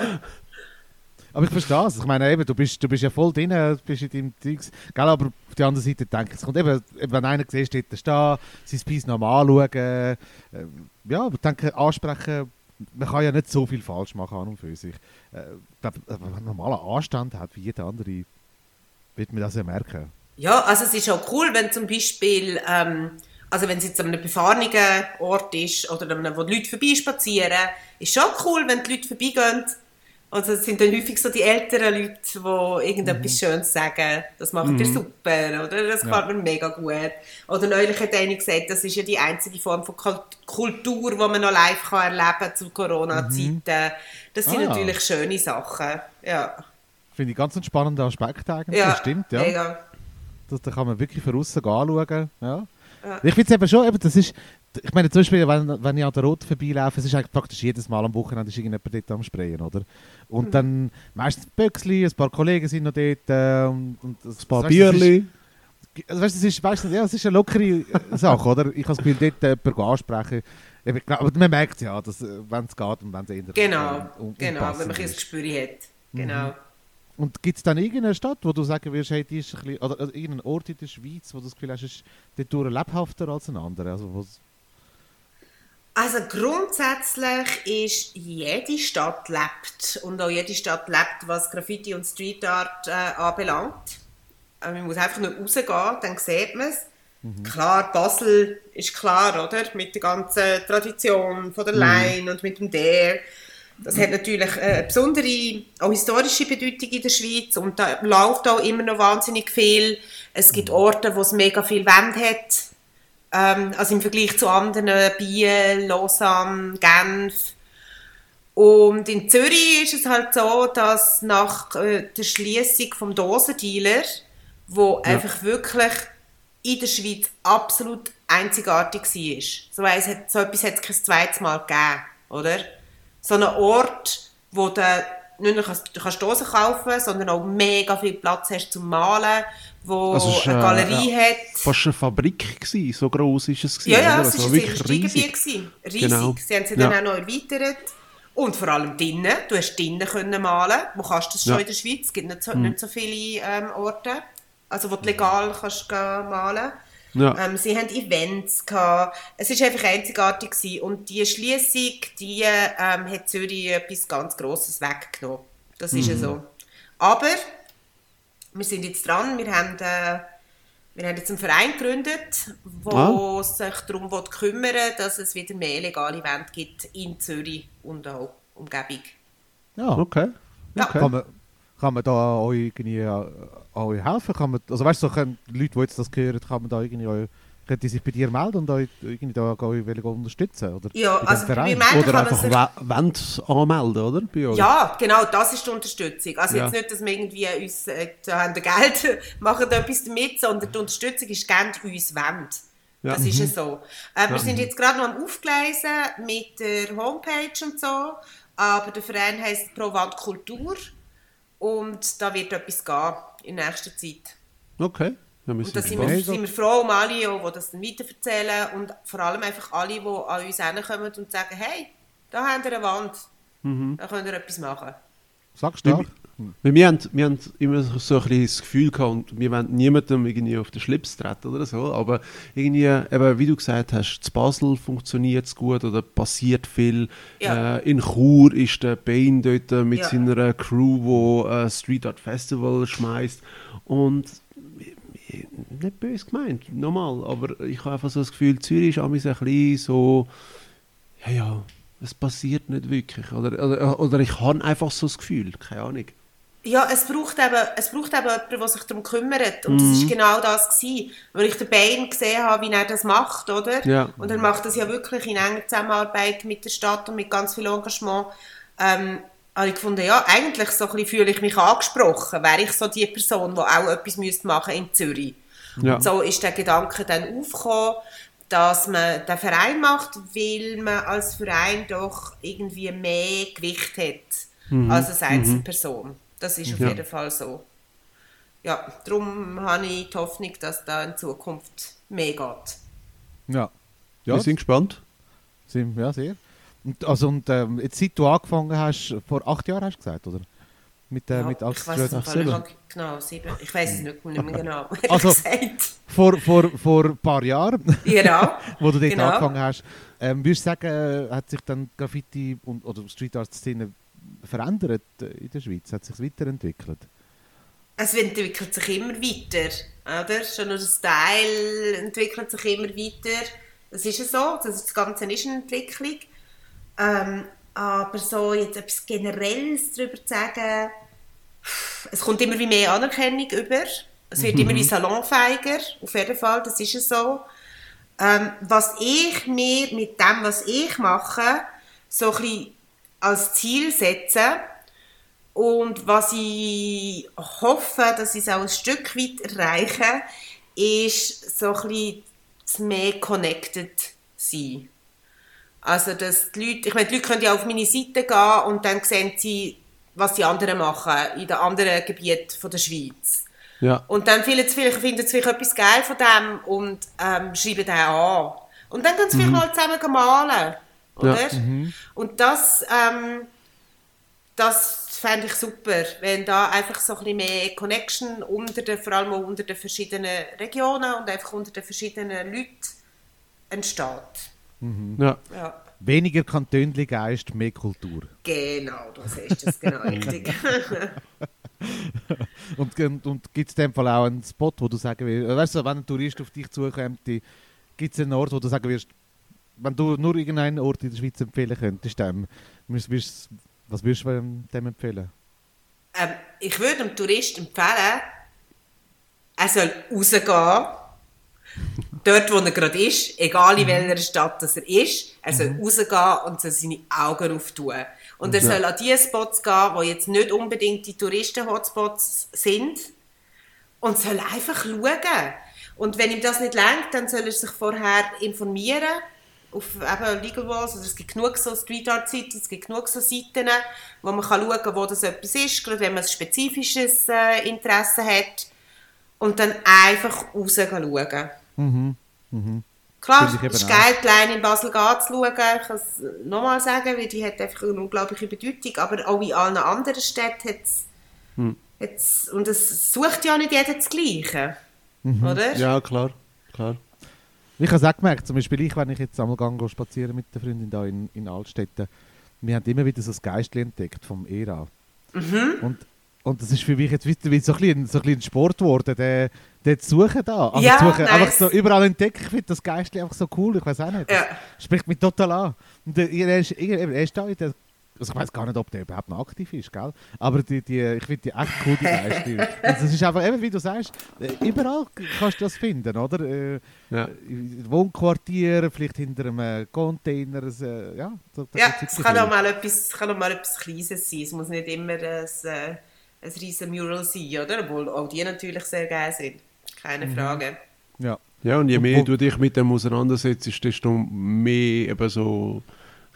Aber ich verstehe es. Ich meine, eben, du bist, du bist ja voll drin, du bist in deinem Dings. Gell, aber auf der anderen Seite denke ich, es kommt eben, eben, wenn einer sieht, steht da stehen, sein Piece nochmal anschauen. Äh, ja, aber ich denke, ansprechen, man kann ja nicht so viel falsch machen an und für sich. Äh, ich glaube, wenn man einen normalen Anstand hat, wie jeder andere, wird man das ja merken. Ja, also es ist auch cool, wenn zum Beispiel, ähm, also wenn es jetzt an einem befahrenen Ort ist oder an einem, wo die Leute vorbeispazieren, ist schon cool, wenn die Leute vorbeigehen. Also es sind dann häufig so die älteren Leute, die irgendetwas Mhm. Schönes sagen. Das macht ihr super, oder? Das gefällt mir mega gut. Oder neulich hat einer gesagt, das ist ja die einzige Form von Kult- Kultur, die man noch live kann erleben kann zu Corona-Zeiten. Das sind Ah. natürlich schöne Sachen. Ja, Finde ich ganz einen spannenden Aspekt eigentlich. ja Das stimmt, ja. mega. Das, da kann man wirklich von außen anschauen. Ja. Ja. Ich finde es eben schon, eben, das ist, ich meine zum Beispiel, wenn, wenn ich an der Rot vorbeilaufe, es ist eigentlich praktisch jedes Mal am Wochenende ist irgendjemand dort am Sprayen, oder? Und Mhm. dann meistens ein Böckli, ein paar Kollegen sind noch dort. Äh, und, und, Ein paar weißt du, das ist- Bierli. Also, weißt, das ist, weißt, du, ja, das ist eine lockere äh, Sache, oder? Ich habe das Gefühl, dort äh, jemanden ansprechen. Eben, glaub- Aber man merkt ja, dass, äh, wenn es geht und wenn es eher Genau, äh, un- genau, wenn man unpassend ein ist. Gespür hat. Genau. Und gibt es dann irgendeine Stadt, wo du sagen wirst, hey, die ist ein bisschen, oder, oder irgendeinen Ort in der Schweiz, wo du das Gefühl hast, ist dort lebhafter als ein anderer? Also, wo's- Also grundsätzlich ist jede Stadt lebt und auch jede Stadt lebt, was Graffiti und Street Art äh, anbelangt. Äh, man muss einfach nur rausgehen, dann sieht man es. Klar, Basel ist klar, oder? Mit der ganzen Tradition von der Line und mit dem Dare. Das hat natürlich äh, eine besondere, auch historische Bedeutung in der Schweiz und da läuft auch immer noch wahnsinnig viel. Es gibt Orte, wo es mega viel Wände hat. Ähm, also im Vergleich zu anderen, Biel, Lausanne, Genf. Und in Zürich ist es halt so, dass nach äh, der Schliessung vom Dosendealer, wo einfach wirklich in der Schweiz absolut einzigartig war. So, weiss, hat, so etwas hat es kein zweites Mal gegeben, oder? So ein Ort, wo du nicht nur kannst, du kannst Dosen kaufen, sondern auch mega viel Platz hast zum Malen, wo Also es ist, eine äh, Galerie ja, hat. Fast eine Fabrik gewesen, so gross ist es gewesen, Ja, ja, oder? es Also war ein wirklich Industriegebiet. riesig. gewesen. Riesig. Genau. Sie haben sie Ja. dann auch noch erweitert. Und vor allem drinnen. Du hast drinnen können malen. Wo kannst du das schon Ja. in der Schweiz? Es gibt nicht so, nicht so viele ähm, Orte, also wo du legal kannst gehen malen. Ja. Ähm, sie hatten Events gehabt. Es war einfach einzigartig gewesen. Und die Schliessung, die ähm, hat Zürich etwas ganz Grosses weggenommen. Das ist ja so. Aber wir sind jetzt dran. Wir haben, äh, wir haben jetzt einen Verein gegründet, der Ah. sich darum will kümmern will, dass es wieder mehr legale Events gibt in Zürich und auch Umgebung. ja, Okay. Ja. okay. kann, man, kann man da euch irgendwie äh, euch helfen? Kann man, also weißt du, so können die Leute, die jetzt das hören, kann man da irgendwie euch, können die sich bei dir melden und euch irgendwie da euch wollen unterstützen? Oder Ja, bei dem also bei Verein? mir melden Oder kann man einfach sich... we- Wände anmelden, oder? Bei euch? Ja, genau, das ist die Unterstützung. Also Ja. jetzt nicht, dass wir irgendwie uns äh, da haben wir Geld, machen da etwas damit, sondern die Unterstützung ist gerne uns Wend. Ja. Das ist ja so. Äh, wir Ja. sind jetzt gerade noch am Aufgleisen mit der Homepage und so, aber der Verein heisst Pro Wand Kultur Und da wird etwas gehen in nächster Zeit. Okay. Ja, wir und da sind sind wir, gespannt. sind wir froh um alle, die das dann weitererzählen und vor allem einfach alle, die an uns herankommen und sagen, hey, da habt ihr eine Wand, Mhm. da könnt ihr etwas machen. Sagst du Wir, wir, wir, haben, wir haben immer so ein bisschen das Gefühl gehabt, und wir wollen niemandem irgendwie auf den Schlips treten oder so, aber irgendwie, eben, wie du gesagt hast, zu Basel funktioniert es gut oder passiert viel. Ja. Äh, in Chur ist der Bane dort äh, mit Ja. seiner Crew, wo äh, Street Art Festival schmeißt und nicht böse gemeint, normal, aber ich habe einfach so das Gefühl, Zürich ist manchmal ein bisschen so, ja, ja, es passiert nicht wirklich. Oder, oder, oder ich habe einfach so das Gefühl, keine Ahnung. Ja, es braucht eben, es braucht eben jemanden, der sich darum kümmert. Und das war genau das gewesen. Als ich den Bane gesehen habe, wie er das macht, oder? Ja. Und er macht das ja wirklich in enger Zusammenarbeit mit der Stadt und mit ganz viel Engagement. Ähm, habe ich gefunden, ja, eigentlich so ein bisschen fühle ich mich angesprochen. Wäre ich so die Person, die auch etwas müsste machen in Zürich. Ja. Und so ist der Gedanke dann aufgekommen, dass man den Verein macht, weil man als Verein doch irgendwie mehr Gewicht hat Mhm. als eine Einzelperson. Das ist auf Ja. jeden Fall so. Ja, darum habe ich die Hoffnung, dass da in Zukunft mehr geht. Ja. Ja, Wir sind gespannt. sind, ja sehr. Und, also, und ähm, jetzt, seit du angefangen hast, vor acht Jahren hast du gesagt, oder? Mit, äh, Ja, mit ich als weiß es im Ach, Fall nicht sieben. mehr genau, sieben. Ich weiß es nicht, nicht mehr genau. ehrlich Also- gesagt. vor, vor, vor ein paar Jahren, Genau. wo du dort Genau. angefangen hast, ähm, würdest du sagen, äh, hat sich dann Graffiti und, oder Street Art Szene verändert äh, in der Schweiz? Hat sich weiterentwickelt? Es entwickelt sich immer weiter, oder? Schon nur der Style entwickelt sich immer weiter. Das ist ja so, das, das Ganze ist eine Entwicklung. Ähm, aber so jetzt etwas Generelles darüber zu sagen, es kommt immer wie mehr Anerkennung über. Es wird immer wie salonfähiger, auf jeden Fall, das ist ja so. Ähm, was ich mir mit dem, was ich mache, so ein bisschen als Ziel setze, und was ich hoffe, dass ich es auch ein Stück weit erreiche, ist so ein bisschen das mehr connected sein. Also, dass die Leute, ich meine, die Leute können ja auf meine Seite gehen und dann sehen sie, was die anderen machen in den anderen Gebieten von der Schweiz. Ja. Und dann finden sie vielleicht, finden sie vielleicht etwas geil von dem und ähm, schreiben den an. Und dann können sie vielleicht mal zusammen malen. Oder? Ja. Und das, ähm, das fände ich super, wenn da einfach so ein bisschen mehr Connection unter den, vor allem auch unter den verschiedenen Regionen und einfach unter den verschiedenen Leuten entsteht. Ja. Ja, Weniger Kantönli-Geist, mehr Kultur. genau, du siehst das genau richtig. Und, und, und gibt es in dem Fall auch einen Spot, wo du sagen willst, weißt du, wenn ein Tourist auf dich zukommt, gibt es einen Ort, wo du sagen wirst, wenn du nur irgendeinen Ort in der Schweiz empfehlen könntest, dem, wirst, wirst, was würdest du dem empfehlen? ähm, ich würde dem Tourist empfehlen, er soll rausgehen, dort wo er gerade ist, egal in welcher Stadt das er ist, er soll rausgehen und soll seine Augen auftun. Und er Ja. soll an die Spots gehen, die jetzt nicht unbedingt die Touristen-Hotspots sind, und soll einfach schauen. Und wenn ihm das nicht reicht, dann soll er sich vorher informieren auf eben Legal Walls. Also es gibt genug so Street Art Seiten, es gibt genug so Seiten, wo man kann schauen kann, wo das etwas ist, gerade wenn man ein spezifisches äh, Interesse hat. Und dann einfach rausschauen. Mhm. Mhm. Klar, Finde ich es ist eben auch. geil, die Line in Basel anzuschauen. Ich kann es nochmal sagen, weil die hat einfach eine unglaubliche Bedeutung. Aber auch in allen anderen Städten hat es... Hm. Hat's, und es sucht ja nicht jeder das Gleiche. Oder? Ja, klar. klar. Ich habe es auch gemerkt, zum Beispiel ich, wenn ich jetzt einmal gehe, spazieren mit der Freundin da in, in Altstetten, wir haben immer wieder so das Geistli entdeckt vom E R A. Und, und das ist für mich jetzt wieder wie so ein, bisschen, so ein bisschen ein Sport geworden, der, der zu suchen da. Also Ja, zu suchen, nice. einfach so überall entdecken. Ich finde das Geistli einfach so cool, ich weiß auch nicht. Das Ja. spricht mich total an. Und der, er, ist, er, er ist da in der, also ich weiß gar nicht, ob der überhaupt noch aktiv ist, gell? Aber die, die, ich finde die echt cool, die Geistli. Und das ist einfach, eben wie du sagst, äh, überall kannst du das finden, oder? Äh, Ja. Wohnquartier, vielleicht hinter einem Container, äh, ja. So, da Ja, gibt's es wirklich kann viel. auch mal etwas, es kann auch mal etwas Kleines sein. Es muss nicht immer ein, äh, ein riesen Mural sein, oder? Obwohl auch die natürlich sehr geil sind. Keine Frage. Ja. Ja, und je Und mehr wo- du dich mit dem auseinandersetzt, desto mehr eben so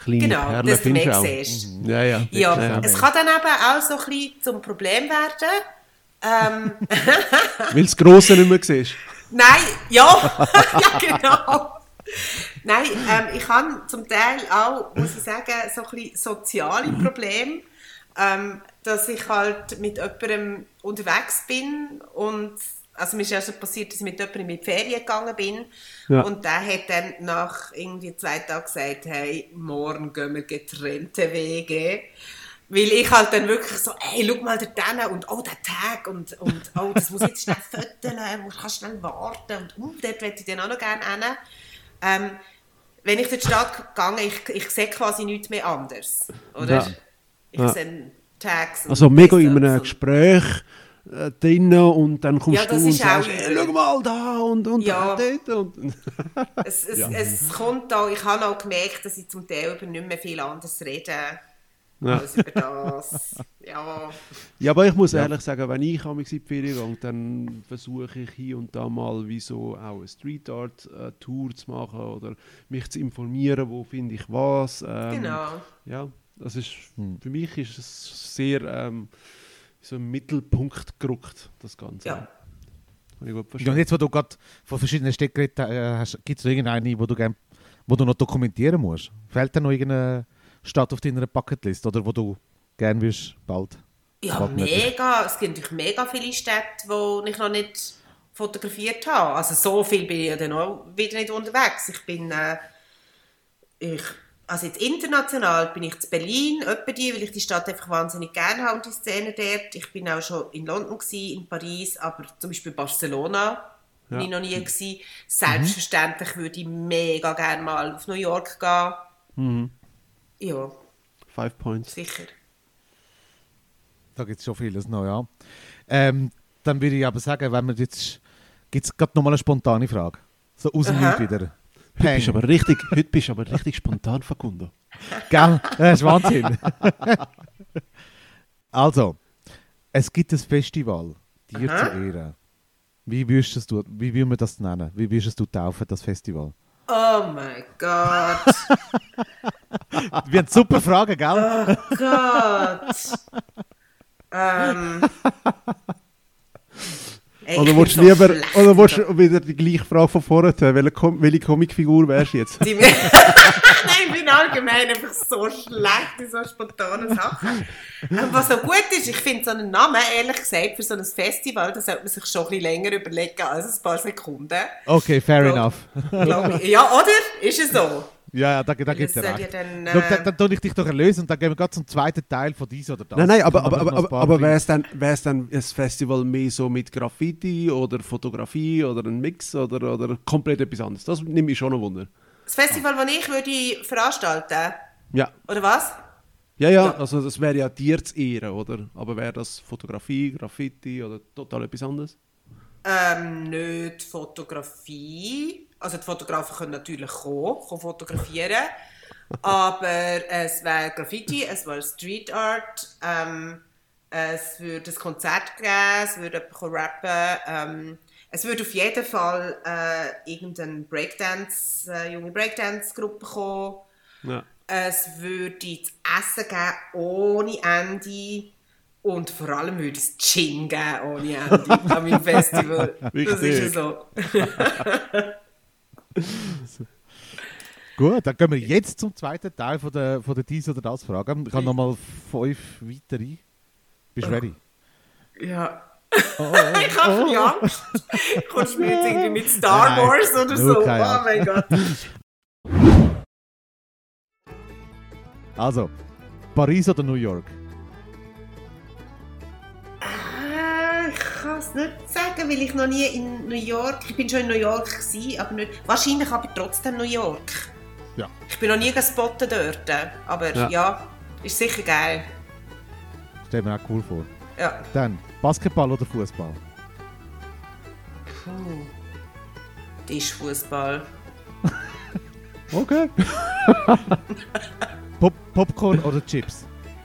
kleine Genau, Perlen dass du findest mehr auch. siehst. Mhm. Ja, ja. Ja, ja. es kann dann eben auch so ein bisschen zum Problem werden. Ähm, Weil das Grosse nicht mehr siehst. Nein, ja, ja genau. Nein, ähm, ich habe zum Teil auch, muss ich sagen, so ein bisschen soziale Probleme, ähm, dass ich halt mit jemandem unterwegs bin und also mir ist ja schon passiert, dass ich mit jemandem in die Ferien gegangen bin Ja. und der hat dann nach irgendwie zwei Tagen gesagt, hey, morgen gehen wir getrennte Wege. Weil ich halt dann wirklich so, ey, schau mal dort hin und oh, der Tag und, und oh, das muss jetzt schnell föteln, du kannst schnell warten und uh, dort möchte ich dann auch noch gerne hin. Ähm, wenn ich dort stehe gegangen, ich, ich sehe quasi nichts mehr anders, oder? Ja. Ich Ja. sehe Tags und Also mega in Distance einem und- Gespräch äh, drinnen und dann kommst Ja, du das und ist sagst, auch hey, übel. schau mal da und, und Ja. dort. Und Es, es, es kommt auch, ich habe auch gemerkt, dass ich zum Teil über nicht mehr viel anderes rede, Ja. als über das. Ja, Ja, aber ich muss ehrlich sagen, wenn ich an mich in die Ferien gehe, dann versuche ich hier und da mal wie so auch eine Street Art äh, Tour zu machen oder mich zu informieren, wo finde ich was. Ähm, genau. Ja, das ist, für mich ist es sehr ähm, so im Mittelpunkt gerückt, das Ganze. Ja. Kann ich gut Und verstehen. jetzt, wo du gerade von verschiedenen Städten geredet äh, hast, gibt es irgendeine, wo du, gern, wo du noch dokumentieren musst? Fehlt dir noch irgendeine Stadt auf deiner Bucketlist oder wo du gerne wirst bald? Ja, bald möglich? mega. Es gibt natürlich mega viele Städte, die ich noch nicht fotografiert habe. Also so viel bin ich ja dann auch wieder nicht unterwegs. Ich bin, äh, ich, also jetzt international bin ich in Berlin, etwa die, weil ich die Stadt einfach wahnsinnig gerne habe und die Szene dort. Ich bin auch schon in London gewesen, in Paris, aber zum Beispiel Barcelona bin Ja. ich noch nie gewesen. Selbstverständlich würde ich mega gerne mal auf New York gehen. Mhm. Ja, Five Points. sicher. Da gibt es schon vieles noch, ja. Ähm, dann würde ich aber sagen, wenn wir jetzt... Gibt es gerade nochmal eine spontane Frage? So aus dem Aha. Nichts wieder. Heute bist du Peng. aber richtig, heute bist du aber richtig spontan, Facundo. Gell? Das ist Wahnsinn. Also, es gibt ein Festival, dir Aha. zu Ehren. Wie würdest du, wie würden wir das nennen? Wie würdest du taufen, das Festival? Oh mein Gott. Wir haben super Fragen, gell? Oh Gott. ähm. Ey, Oder ich willst du bin so lieber, schlecht oder willst in du wieder die gleiche Frage von vorher? Welche, Com welche Comicfigur wärst du jetzt? so- Die- Nein, ich bin allgemein einfach so schlecht in so spontanen Sachen. Aber was so gut ist, ich finde so einen Namen, ehrlich gesagt, für so ein Festival, da sollte man sich schon ein bisschen länger überlegen als ein paar Sekunden. Okay, fair Glaub- enough. Glaub ich. Ja, oder? Ist es so? Ja, ja, da, da Das gibt es soll ja recht. dann, Schau, äh, dann, dann tue ich dich doch erlösen und dann gehen wir gerade zum zweiten Teil von dies oder das. Nein, nein, aber, Dann aber, machen wir aber, noch ein aber, paar aber Dinge. wäre es dann, wär's dann ein Festival mehr so mit Graffiti oder Fotografie oder ein Mix oder, oder komplett etwas anderes? Das nimmt mich schon ein Wunder. Das Festival, das ich würde veranstalten, Ja. oder was? Ja, ja, Ja. also das wäre ja dir zu Ehren, oder? Aber wäre das Fotografie, Graffiti oder total etwas anderes? Ähm, nicht Fotografie. Also die Fotografen können natürlich kommen, kommen fotografieren. Aber es wäre Graffiti, es wäre Street Art, ähm, es würde ein Konzert geben, es würde jemand rappen. Ähm, es würde auf jeden Fall äh, irgendeine Breakdance, äh, junge Breakdance-Gruppe kommen. Ja. Es würde zu essen geben ohne Ende. Und vor allem würde es Gin geben ohne Ende an meinem Festival. Das ist ja so. Gut, dann gehen wir jetzt zum zweiten Teil von der, von der dies oder das Fragen. Ich habe nochmal fünf weitere. Bist du ready? Ja. Oh, oh, Ich habe ein bisschen Angst. Kommst du mir jetzt irgendwie mit Star Nein, Wars oder nur so? keine Oh mein Gott. Also, Paris oder New York? Äh, Ich kann es nicht sagen, weil ich noch nie in New York... Ich bin schon in New York gewesen, aber nicht... Wahrscheinlich aber trotzdem New York. Ja. Ich bin noch nie gespotten dort. Aber Ja. ja, ist sicher geil. Stell mir auch cool vor. Ja. Dann, Basketball oder Fußball? Puh. Tischfußball. Okay. Pop Popcorn oder Chips?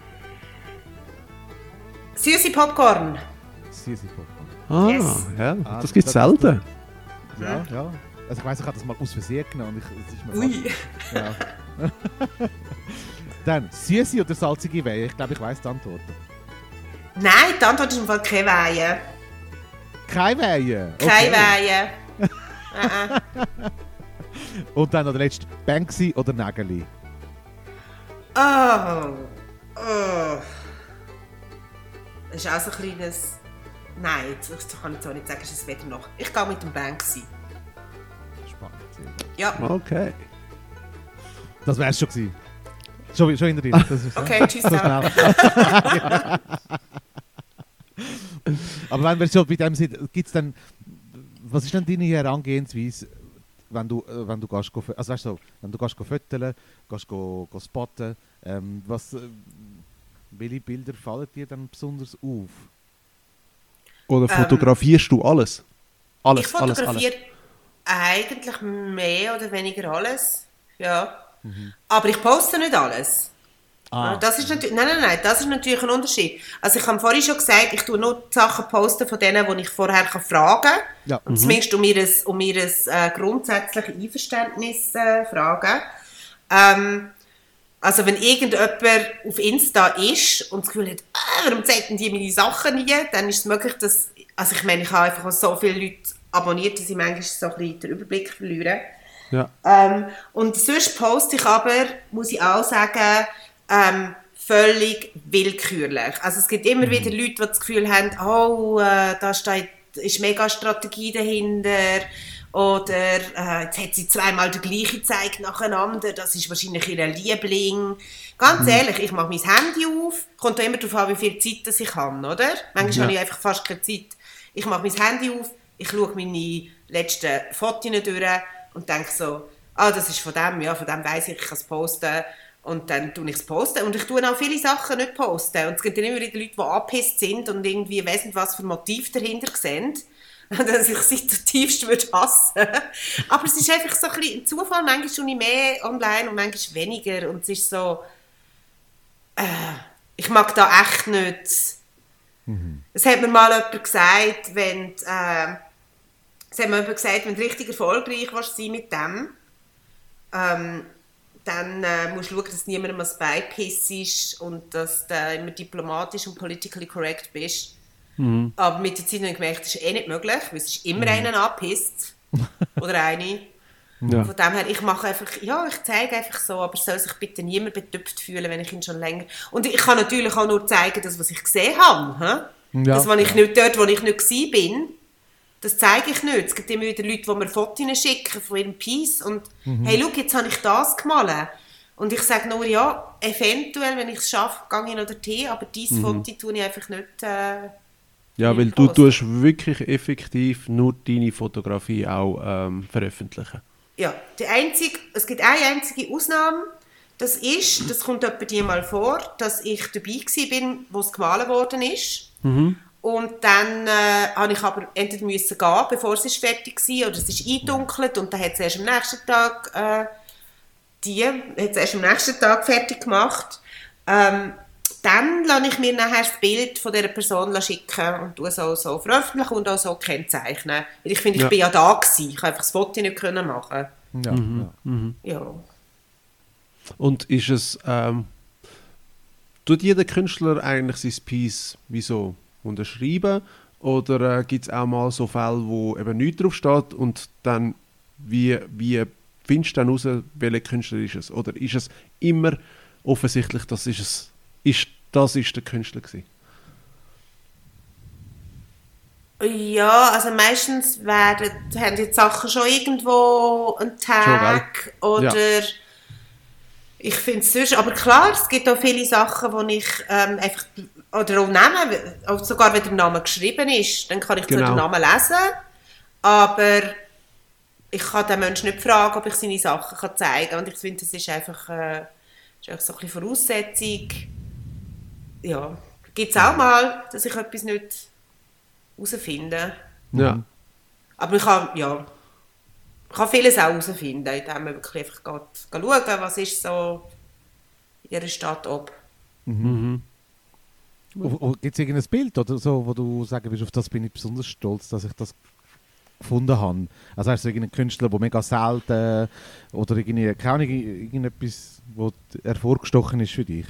Süße Popcorn. Süße Popcorn. Ah, Yes. ja, Ah, das gibt es das- selten. Ja, ja. Also ich weiss, ich habe das mal aus Versehen genommen und ich, es ist mir Ui. fast, ja. Dann, süße oder salzige Wehen? Ich glaube, ich weiss die Antwort. Nein, die Antwort ist im Fall keine Wehen. Keine Wehen? Keine Okay. Wehen. uh-uh. Und dann noch der letzte, Banksy oder Nägeli? Oh. Oh. Das ist auch so ein kleines... Nein, das kann ich so nicht sagen, ist es weder noch. Ich gehe mit dem Banksy. Spannend. Ja. Okay. Das wär's schon gewesen. Schon, schon hinter dir. Das ist, Okay, tschüss. so schnell. Aber wenn wir schon bei dem sind, gibt's dann... Was ist denn deine Herangehensweise, wenn du, äh, wenn du gehst, go, also weißt du, wenn du gehst, go föteln, gehst, go, go spotten, ähm, was, äh, welche Bilder fallen dir dann besonders auf? Oder Ähm, fotografierst du alles? Alles, Ich alles, fotografiere alles. eigentlich mehr oder weniger alles. Ja. Mhm. Aber ich poste nicht alles. Ah. Das ist natürlich, nein, nein, nein, das ist natürlich ein Unterschied. Also ich habe vorhin schon gesagt, ich tue nur die Sachen posten von denen, die ich vorher fragen kann. Ja. Und zumindest um ihr, um ihr äh, grundsätzliches Einverständnis äh, fragen. Ähm, also wenn irgendjemand auf Insta ist und das Gefühl hat, ah, warum zeigen die meine Sachen nie, dann ist es möglich, dass, also ich meine, ich habe einfach so viele Leute abonniert, dass ich manchmal so ein bisschen den Überblick verliere. Ja. Ähm, und sonst poste ich aber, muss ich auch sagen, ähm, völlig willkürlich. Also es gibt immer mhm. wieder Leute, die das Gefühl haben, oh, äh, da steht, ist mega Strategie dahinter. Oder äh, jetzt hat sie zweimal den gleichen gezeigt nacheinander, das ist wahrscheinlich ihr Liebling. Ganz mhm. ehrlich, ich mache mein Handy auf, kommt immer darauf an, wie viel Zeit das ich habe, oder? Manchmal ja. habe ich einfach fast keine Zeit. Ich mache mein Handy auf, ich schaue meine letzten Fotos durch und denke so, ah, das ist von dem, ja, von dem weiss ich, ich kann es posten. Und dann tue ich es posten. Und ich tue auch viele Sachen nicht posten. Und es gibt dann immer wieder Leute, die angepisst sind und irgendwie weiss nicht, was für Motiv dahinter sehen. Dass ich sie zutiefst würde hassen. Aber es ist einfach so ein bisschen ein Zufall. Manchmal tue ich mehr online und manchmal weniger. Und es ist so... Äh, ich mag da echt nicht... Mhm. Es hat mir mal jemand gesagt, wenn... Äh, es hat mir jemand gesagt, wenn du richtig erfolgreich willst sein mit dem, ähm, dann äh, musst du schauen, dass niemandem was beipissst und dass du immer diplomatisch und politically correct bist. Mhm. Aber mit der Zeit habe ich gemerkt, das ist eh nicht möglich, weil es ist immer mhm. einen angepisst. Oder eine. Ja. Von dem her, ich mache einfach, ja, ich zeige einfach so, aber es soll sich bitte niemand betöpft fühlen, wenn ich ihn schon länger... Und ich kann natürlich auch nur zeigen, das, was ich gesehen habe. He? Ja. Das, was ich nicht dort, wo ich nicht gewesen bin, das zeige ich nicht. Es gibt immer wieder Leute, die mir Fotos schicken von ihrem Piece und mhm. hey, schau, jetzt habe ich das gemalt. Und ich sage nur, ja, eventuell, wenn ich es schaffe, gehe ich noch dorthin, aber dieses mhm. Foto tue ich einfach nicht äh, Ja, weil du tust wirklich effektiv nur deine Fotografie auch ähm, veröffentlichen. Ja, die einzige, es gibt eine einzige Ausnahme, das ist, das kommt etwa die mal vor, dass ich dabei war, wo es gemalt worden ist. Mhm. Und dann äh, habe ich aber entweder müssen gehen, bevor es ist fertig war, oder es ist eingedunkelt und dann hat es erst am nächsten Tag äh, die hat es erst am nächsten Tag fertig gemacht. Ähm, dann lasse ich mir nachher das Bild von dieser Person schicken und tue es auch so veröffentlichen und auch so kennzeichnen. Weil ich finde, ich ja. bin ja da gewesen. Ich konnte einfach das Foto nicht machen. Ja. Mhm. Ja. Mhm. ja. Und ist es, ähm, tut jeder Künstler eigentlich sein Piece wieso unterschreiben? Oder äh, gibt es auch mal so Fälle, wo eben nichts drauf steht und dann wie, wie findest du dann raus, welcher Künstler ist es? Oder ist es immer offensichtlich, das ist es, ist, das ist der Künstler gewesen? Ja, also meistens werden, haben die Sachen schon irgendwo einen Tag schon, oder ja. Ich finde es sonst, aber klar, es gibt auch viele Sachen, wo ich ähm, einfach, oder auch Namen, auch sogar wenn der Name geschrieben ist, dann kann ich genau. zwar den Namen lesen, aber ich kann den Menschen nicht fragen, ob ich seine Sachen kann zeigen kann. Und ich finde, das ist einfach, äh, ist einfach so ein bisschen Voraussetzung. Ja, gibt es auch mal, dass ich etwas nicht herausfinde. Ja. Aber ich kann, ja, ich kann vieles auch herausfinden, indem man wirklich einfach geht, geht schauen, was ist so in ihrer Stadt ob. Mhm. Mhm. Gibt es irgendein Bild oder so, wo du sagen willst, auf das bin ich besonders stolz, dass ich das gefunden habe. Also hast du irgendeinen Künstler, der mega selten oder irgendwie, keine Ahnung, irgendetwas, wo hervorgestochen ist für dich?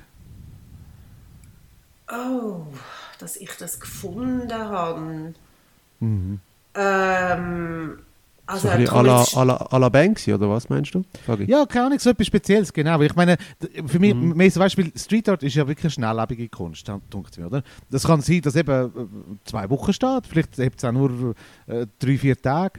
Oh, dass ich das gefunden habe. Mhm. Ähm, also so ein bisschen à la, à la, à la Banksy, oder was meinst du? Ja, keine Ahnung, so etwas Spezielles, genau. Weil ich meine, für mich, mhm. mehr so, weißt, weil Street Art ist ja wirklich eine schnelllebige Kunst, denkt mir, oder? Das kann sein, dass eben zwei Wochen steht, vielleicht hebt es auch nur äh, drei, vier Tage.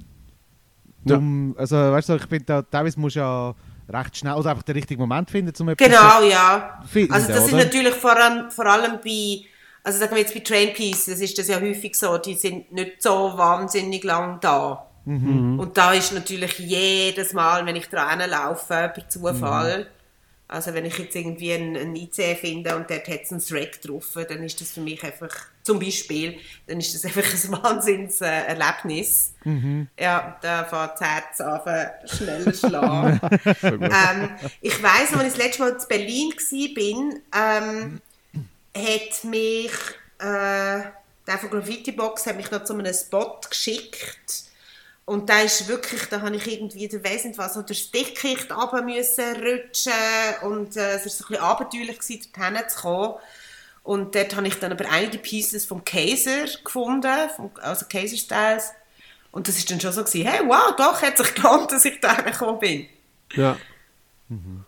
Drum, ja. Also, weißt du, ich finde, da, teilweise musst du ja recht schnell, oder einfach den richtigen Moment finden, um etwas genau, ja. finden, also das oder? ist natürlich vor allem, vor allem bei, also sagen wir jetzt bei Train Pieces, das ist das ja häufig so, die sind nicht so wahnsinnig lang da. Mhm. Und da ist natürlich jedes Mal, wenn ich dran laufe, per Zufall, mhm. also wenn ich jetzt irgendwie einen, einen I C finde und dort hat es einen Thread drauf, dann ist das für mich einfach, zum Beispiel, dann ist das einfach ein Wahnsinnserlebnis. Mhm. Ja, da fängt das Herz an, schneller schlagen. ähm, ich weiss noch, als ich das letzte Mal in Berlin war, ähm, hat mich, äh, der von Graffiti Box hat mich noch zu einem Spot geschickt. Und da ist wirklich, da habe ich irgendwie, ich weiss nicht was, so durchs Dickicht runter müssen rutschen und äh, es war so ein bisschen abenteuerlich gewesen, dorthin zu kommen. Und dort habe ich dann aber einige Pieces vom Kaiser gefunden, vom, also Kaiser Styles. Und das war dann schon so gewesen, hey, wow, doch, hat sich gelohnt, dass ich da gekommen bin. Ja. Mhm.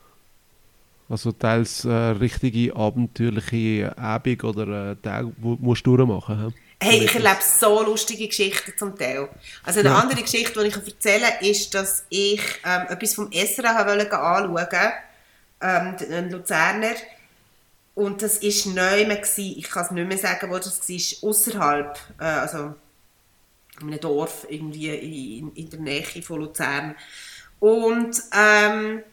Also teils äh, richtige abenteuerliche Abend oder äh, Tage, die musst du durchmachen musst. Hey, ich erlebe so lustige Geschichten zum Teil. Also eine ja. andere Geschichte, die ich erzählen kann, ist, dass ich ähm, etwas vom Esra wollte anschauen, ähm, ein Luzerner. Und das war neu, ich kann es nicht mehr sagen, wo das war, ausserhalb, äh, also in einem Dorf irgendwie in, in der Nähe von Luzern. Und ähm,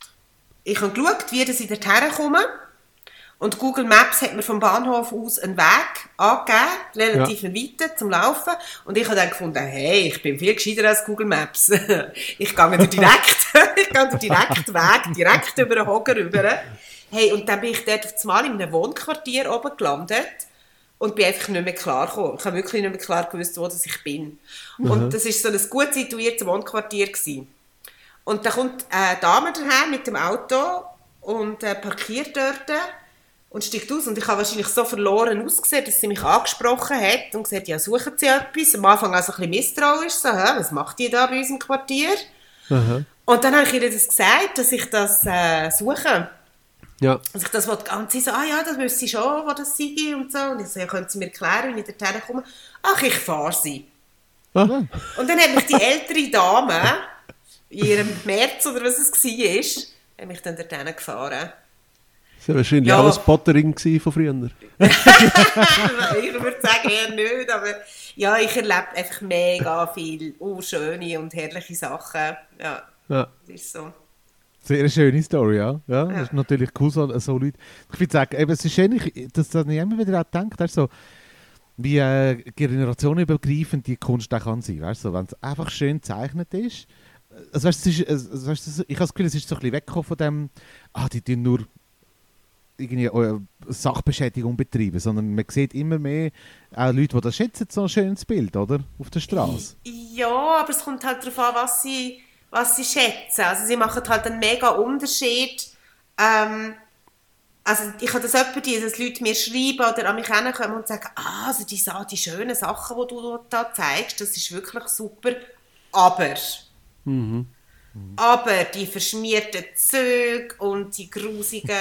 ich habe geschaut, wie ich dort herkomme. Und Google Maps hat mir vom Bahnhof aus einen Weg angegeben, relativ ja. weit zum Laufen. Und ich habe dann gefunden, hey, ich bin viel gescheiter als Google Maps. Ich gehe direkt, ich gehe den direkten Weg, direkt über den Hocker rüber. Hey, und dann bin ich dort auf einmal in einem Wohnquartier oben gelandet und bin einfach nicht mehr klar gekommen. Ich habe wirklich nicht mehr klar gewusst, wo das ich bin. Mhm. Und das war so ein gut situiertes Wohnquartier gewesen. Und dann kommt eine Dame daher mit dem Auto und äh, parkiert dort und steigt aus. Und ich habe wahrscheinlich so verloren ausgesehen, dass sie mich angesprochen hat und gesagt, ja, suchen Sie etwas? Am Anfang auch so ein bisschen misstrauisch, so, hä, was macht die da bei uns im Quartier? Mhm. Und dann habe ich ihr das gesagt, dass ich das äh, suche. Ja. Also ich das wollte, und sie so, ah ja, das wüsste ich schon, wo das sei und so. Und ich so, ja, können Sie mir erklären, wie ich dorthin komme? Ach, ich fahre sie. Aha. Und dann hat mich die ältere Dame, in ihrem März oder was es war, hat mich dann dorthin gefahren. Das war wahrscheinlich ja. auch ein Spottering von früher. Ich würde sagen, eher nicht, aber ja, ich erlebe einfach mega viel oh, schöne und herrliche Sachen. Ja, ja. Das ist so. Sehr eine schöne Story, ja. ja. Das ist natürlich cool, so, so Leute. Ich würde sagen, eben, es ist ähnlich, dass ich immer wieder auch denke, so, wie äh, generationenübergreifend die Kunst auch kann sein. Weißt, so, wenn es einfach schön gezeichnet ist. Also, weißt, es ist also, weißt, ich habe das Gefühl, es ist so ein bisschen weggekommen von dem, ah, die tun nur irgendwie äh, Sachbeschädigung betreiben, sondern man sieht immer mehr auch Leute, die das schätzen, so ein schönes Bild, oder? Auf der Straße. Ja, aber es kommt halt darauf an, was sie... was sie schätzen. Also sie machen halt einen mega Unterschied. Ähm, also ich habe das öfter, dass Leute mir schreiben oder an mich herkommen und sagen, ah, also die, die schönen Sachen, die du da zeigst, das ist wirklich super. Aber, mhm. Mhm. aber die verschmierten Züge und die grusigen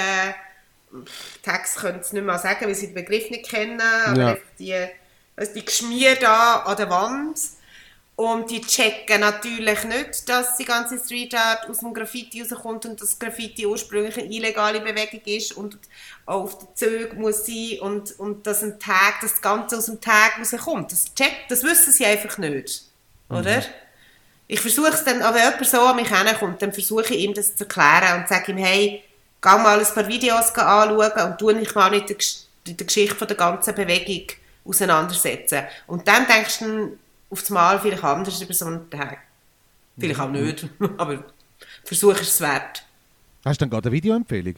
Texte können es nicht mehr sagen, weil sie den Begriff nicht kennen, aber ja. die, also die Geschmier da an der Wand. Und die checken natürlich nicht, dass die ganze Street Art aus dem Graffiti rauskommt und dass Graffiti ursprünglich eine illegale Bewegung ist und auch auf den Zügen muss sein und, und dass ein Tag, das Ganze aus dem Tag rauskommt. Das checkt, das wissen sie einfach nicht. Oder? Mhm. Ich versuche es dann, aber wenn jemand so an mich herkommt, dann versuche ich ihm das zu erklären und sage ihm, hey, geh mal ein paar Videos anschauen und tu dich mal mit der, mit der Geschichte der ganzen Bewegung auseinandersetzen. Und dann denkst du auf das Mal vielleicht anders über so einen Tag. Vielleicht auch nicht, aber Versuch ist es wert. Hast du dann gerade eine Videoempfehlung?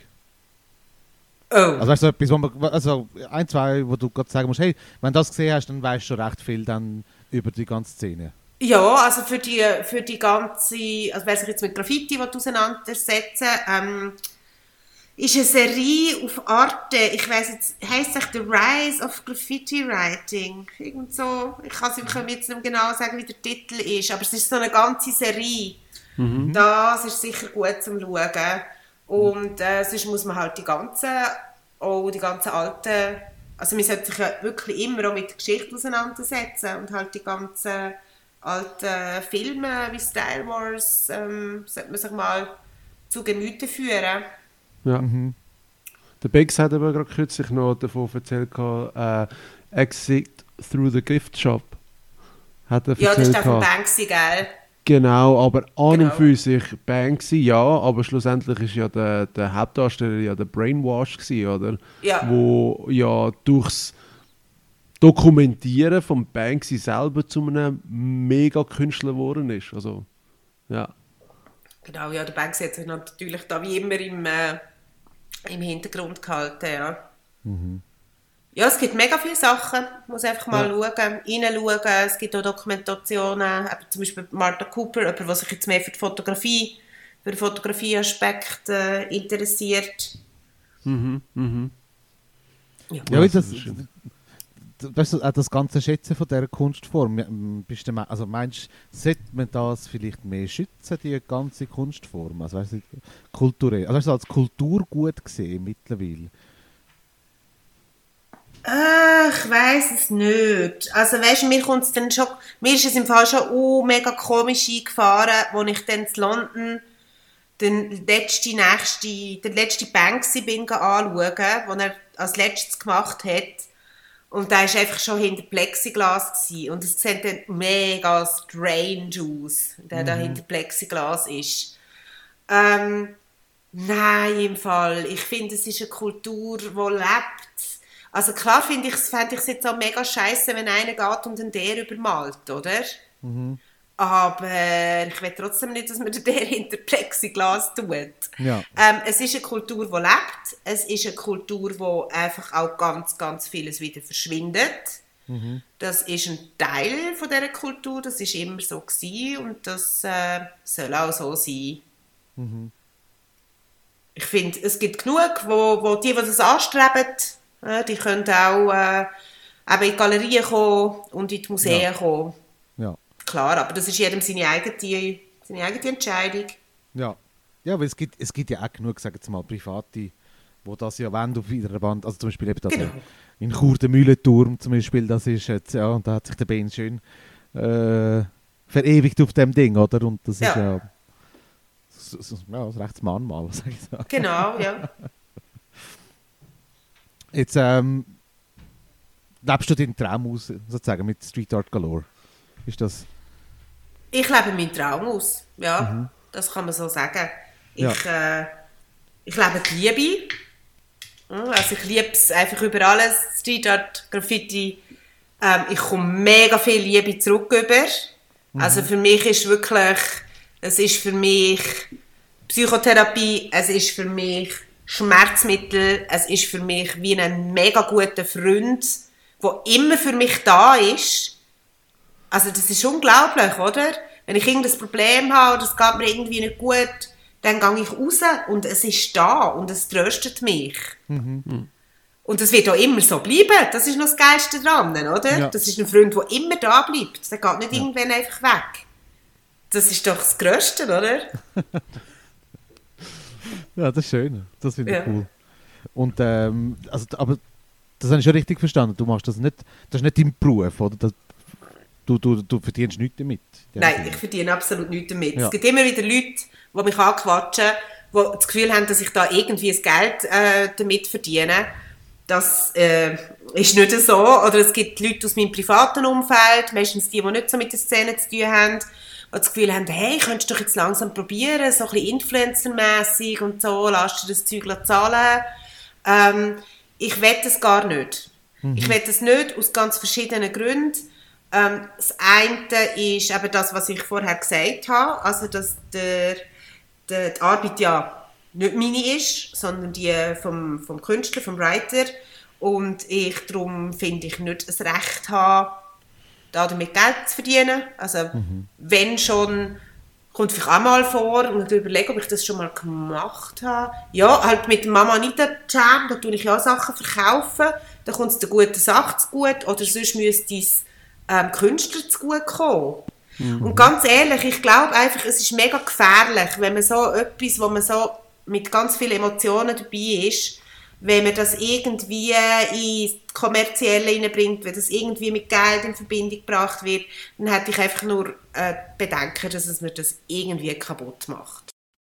Oh. Also weißt du, etwas, wo man, also ein, zwei, wo du gerade sagen musst, hey, wenn du das gesehen hast, dann weißt du schon recht viel dann über die ganze Szene. Ja, also für die, für die ganze, also wer sich jetzt mit Graffiti auseinandersetzen ähm, ist eine Serie auf Arte, ich weiss jetzt, heisst es The Rise of Graffiti Writing? Irgend so, ich kann es jetzt nicht mehr genau sagen, wie der Titel ist, aber es ist so eine ganze Serie. Mhm. Das ist sicher gut zum Schauen. Und äh, sonst muss man halt die ganzen, auch die ganzen alten, also man sollte sich ja wirklich immer auch mit der Geschichte auseinandersetzen und halt die ganzen alten Filme wie Star Wars ähm, sollte man sich mal zu Gemüte führen. Ja. Mhm. Der Bex hat aber gerade kürzlich noch davon erzählt, äh, Exit Through the Gift Shop. Hat er ja, das ist der von Banksy, gell? Genau, aber an genau. und für sich Banksy, ja, aber schlussendlich ist ja der, der Hauptdarsteller ja der Brainwash gewesen, oder? Ja. Wo ja durchs Dokumentieren von Banksy selber zu einem Mega-Künstler geworden ist. Also, ja. Genau, ja, der Banksy hat sich natürlich da wie immer im, äh, im Hintergrund gehalten, ja. Mhm. Ja, es gibt mega viele Sachen, man muss einfach mal ja. schauen, reinschauen. Es gibt auch Dokumentationen, zum Beispiel Martha Cooper, jemand, der sich jetzt mehr für die Fotografie, für den Fotografieaspekt äh, interessiert. Mhm, mhm. Ja, ja das, das, weißt du, auch das ganze Schätzen von dieser Kunstform, bist du, also meinst du, sollte man das vielleicht mehr schützen, die ganze Kunstform, also weißt du, kulturell, also weißt du, als Kulturgut gesehen mittlerweile? Äh, ich weiss es nicht. Also weißt du, mir kommt's dann schon, mir ist es im Fall schon uh, mega komisch eingefahren, als ich dann in London den letzten, nächste, den letzten Banksy bin anschauen, den er als letztes gemacht hat. Und da war einfach schon hinter Plexiglas gewesen. Und es sieht dann mega strange aus, der mhm. da hinter Plexiglas ist. Ähm, nein, im Fall. Ich finde, es ist eine Kultur, die lebt. Also klar finde ich es fände ich es jetzt auch mega scheiße, wenn einer geht und einen der übermalt, oder? Mhm. Aber ich will trotzdem nicht, dass man den der hinter Plexiglas tut. Ja. Ähm, es ist eine Kultur, die lebt. Es ist eine Kultur, wo einfach auch ganz, ganz vieles wieder verschwindet. Mhm. Das ist ein Teil von dieser Kultur, das ist immer so gewesen und das äh, soll auch so sein. Mhm. Ich finde, es gibt genug, wo, wo die, die das anstreben, äh, die können auch äh, eben in die Galerien kommen und in die Museen ja. kommen. Ja. Klar, aber das ist jedem seine eigene, seine eigene Entscheidung. Ja, ja, weil es gibt, es gibt ja auch genug, sagen wir mal, Private, die das ja wollen auf ihrer Wand, also zum Beispiel eben das genau. in Chur der Mühlenturm zum Beispiel, das ist jetzt, ja, und da hat sich der Ben schön äh, verewigt auf dem Ding, oder? Und das ja. ist ja so, so, ja, das rechts Mahnmal, sag ich so. Genau, ja. Jetzt ähm, lebst du deinen Traum aus, sozusagen, mit Street Art Galore? Ist das... Ich lebe meinen Traum aus, ja, mhm. das kann man so sagen. Ich, ja. äh, ich lebe die Liebe, also ich liebe es einfach über alles, Street Art, Graffiti. Ähm, ich komme mega viel Liebe zurück über. Mhm. Also für mich ist wirklich, es ist für mich Psychotherapie, es ist für mich Schmerzmittel, es ist für mich wie ein mega guter Freund, der immer für mich da ist. Also das ist unglaublich, oder? Wenn ich irgendein Problem habe oder es geht mir irgendwie nicht gut, dann gehe ich raus und es ist da und es tröstet mich. Mhm. Und das wird auch immer so bleiben. Das ist noch das Geilste dran, oder? Ja. Das ist ein Freund, der immer da bleibt. Der geht nicht ja. irgendwann einfach weg. Das ist doch das Größte, oder? Ja, das ist schön. Das finde ich ja. cool. Und, ähm, also, aber das habe ich schon richtig verstanden. Du machst das nicht, das ist nicht dein Beruf, oder? Das, du, du, du verdienst nichts damit. Nein, Sinne. Ich verdiene absolut nichts damit. Ja. Es gibt immer wieder Leute, die mich anquatschen, die das Gefühl haben, dass ich da irgendwie das Geld äh, damit verdiene. Das äh, ist nicht so. Oder es gibt Leute aus meinem privaten Umfeld, meistens die, die nicht so mit der Szene zu tun haben, die das Gefühl haben, hey, könntest du doch jetzt langsam probieren, so ein bisschen Influencer-mässig und so, lass dir das Zeug zahlen. Ähm, ich will das gar nicht. Mhm. Ich will das nicht, aus ganz verschiedenen Gründen. Ähm, das eine ist eben das, was ich vorher gesagt habe, also dass der, der, die Arbeit ja nicht meine ist, sondern die vom, vom Künstler, vom Writer, und ich darum finde ich nicht das Recht habe, da damit Geld zu verdienen. Also Mhm. wenn schon, kommt vielleicht auch mal vor und ich überlege, ob ich das schon mal gemacht habe. Ja, halt mit dem Mama Anita Jam, da tue ich ja Sachen verkaufen, da kommt es der guten Sache zu gut oder sonst müsste es ähm, Künstler zu gut kommen. Mhm. Und ganz ehrlich, ich glaube einfach, es ist mega gefährlich, wenn man so etwas, wo man so mit ganz vielen Emotionen dabei ist, wenn man das irgendwie ins Kommerzielle reinbringt, wenn das irgendwie mit Geld in Verbindung gebracht wird, dann hätte ich einfach nur äh, Bedenken, dass es mir das irgendwie kaputt macht.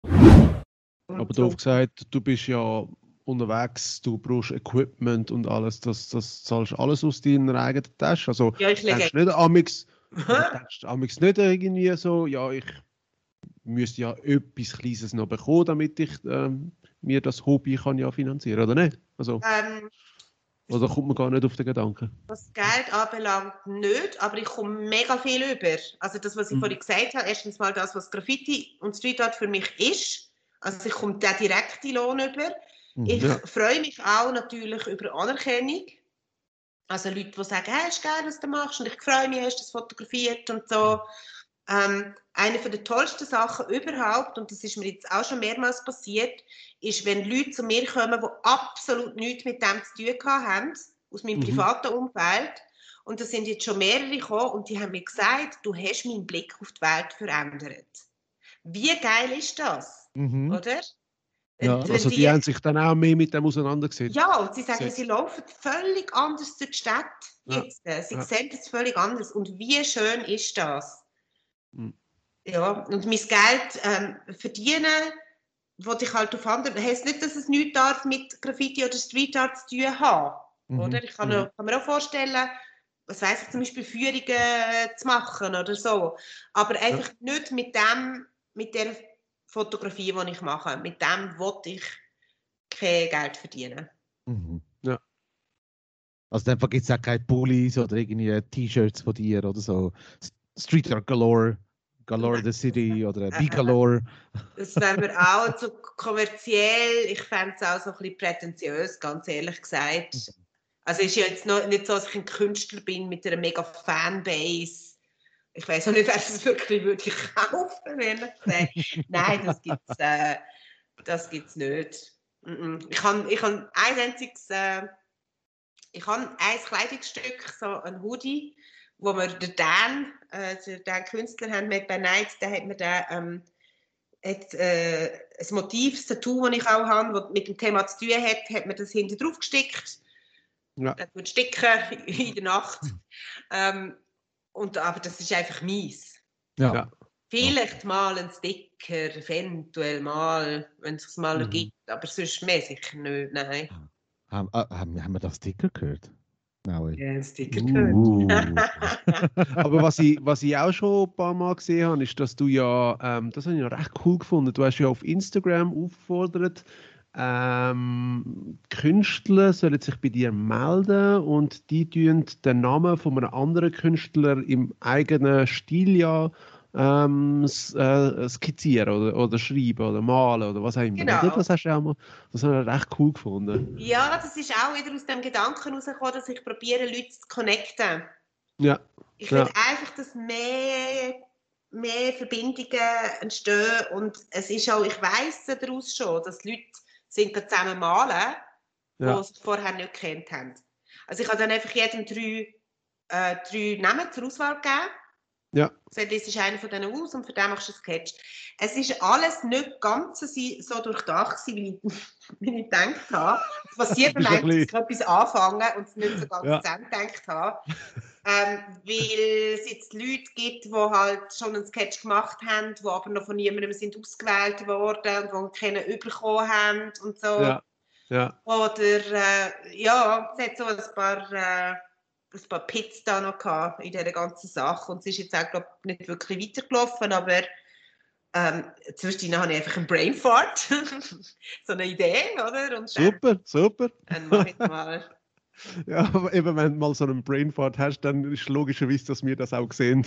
Aber doof gesagt, du bist ja unterwegs, du brauchst Equipment und alles, das, das zahlst alles aus deiner eigenen Tasche. Also Ja, ich lege- denkst nicht amix, aber denkst amix nicht irgendwie so, ja, ich müsste ja etwas Kleines noch bekommen, damit ich ähm, mir das Hobby kann ja finanzieren, oder nicht? Also, Ähm, oder kommt man gar nicht auf den Gedanken? was Geld anbelangt, nicht, aber ich komme mega viel über. Also das, was ich Mhm. vorhin gesagt habe, erstens mal das, was Graffiti und Street Art für mich ist. Also ich komme den direkten Lohn über. Ich Ja. freue mich auch natürlich über Anerkennung. Also Leute, die sagen, hey, ist geil, was du machst und ich freue mich, hast du das fotografiert und so. Ähm, eine der tollsten Sachen überhaupt, und das ist mir jetzt auch schon mehrmals passiert, ist, wenn Leute zu mir kommen, die absolut nichts mit dem zu tun haben, aus meinem Mhm. privaten Umfeld. Und da sind jetzt schon mehrere gekommen und die haben mir gesagt, du hast meinen Blick auf die Welt verändert. Wie geil ist das? Mhm. Oder? Ja, Und wenn Also die haben sich dann auch mehr mit dem auseinandergesetzt. Ja, und sie sagen, Gesetzt. sie laufen völlig anders durch die Stadt Ja, jetzt. Äh, Sie ja. sehen das völlig anders. Und wie schön ist das? Mhm. Ja, und mein Geld ähm, verdienen, wollte ich halt auf andere. Heißt nicht, dass es nichts darf mit Graffiti oder Street Art zu tun haben. Mhm. Oder? Ich kann, Mhm. auch- kann mir auch vorstellen, was weiß ich, zum Beispiel Führungen äh, zu machen oder so. Aber einfach nicht mit dem, mit der Fotografie, die ich mache. Mit dem wollte ich kein Geld verdienen. Mhm. Ja. Also in dem Fall gibt es auch keine Pullis oder irgendwie T-Shirts von dir oder so. S- Street Art Galore, Galore the City oder Äh, Be Galore. Das wäre mir auch so kommerziell, ich fände es auch so ein bisschen prätentiös, ganz ehrlich gesagt. Also es ist ja jetzt noch nicht so, dass ich ein Künstler bin mit einer mega Fanbase. Ich weiß auch nicht, wer es wirklich würde kaufen, ehrlich gesagt. Nein, das gibt es äh, das gibt's nicht. Mm -mm. Ich habe ich hab ein einziges, äh, ich habe ein Kleidungsstück, so ein Hoodie, wo wir den Dan, äh, den Dan Künstler, haben mit bei Night, der hat mir den, ähm, hat, äh, ein Motiv, das Tattoo, das ich auch habe, das mit dem Thema zu tun hat, hat mir das hinten drauf gestickt. Ja. Das wird sticken in der Nacht. Ähm, und, aber das ist einfach mies. Ja. Ja. Vielleicht mal ein Sticker, eventuell mal, wenn es sich mal Mhm. ergibt, aber sonst mehr sicher nicht, nein. Haben, ah, haben, haben wir das Sticker gehört? Nein. Ja, ein Sticker Uh. gehört. Aber was ich, was ich auch schon ein paar Mal gesehen habe, ist, dass du ja, ähm, das habe ich ja recht cool gefunden, du hast ja auf Instagram aufgefordert, ähm, Künstler sollen sich bei dir melden und die tun den Namen von einem anderen Künstler im eigenen Stil ja ähm, s- äh, skizzieren oder, oder schreiben oder malen oder was auch immer. Genau. Oder? Das hast du auch mal, das habe ich recht cool gefunden. Ja, das ist auch wieder aus dem Gedanken herausgekommen, dass ich probiere, Leute zu connecten. Ja. Ich Ja. will einfach, dass mehr, mehr Verbindungen entstehen und es ist auch, ich weiss daraus schon, dass Leute sind gerade zusammen malen, die Ja. sich vorher nicht gekannt haben. Also ich habe dann einfach jedem drei, äh, drei Namen zur Auswahl gegeben. Ja. So, das ist einer von denen aus und für den machst du einen Sketch. Es ist alles nicht ganz so so durchdacht, wie ich, wie ich gedacht habe. Es passiert mir Bist ein manchmal, dass bisschen- ich etwas anfange und es nicht so ganz Ja. zu Ende gedacht habe. Ähm, weil es jetzt Leute gibt, die halt schon einen Sketch gemacht haben, die aber noch von niemandem sind ausgewählt worden und die keinen bekommen haben und so. Ja. Ja. Oder äh, ja, es hat so ein paar, äh, ein paar Pits da noch gehabt in dieser ganzen Sache. Und es ist jetzt auch, glaube ich, nicht wirklich weitergelaufen, aber ähm, zwischendurch habe ich einfach einen Brainfart. So eine Idee, oder? Und dann, Super, super. dann mache ich mal. Ja, aber eben, wenn du mal so einen Brainfart hast, dann ist logischerweise, dass wir das auch sehen.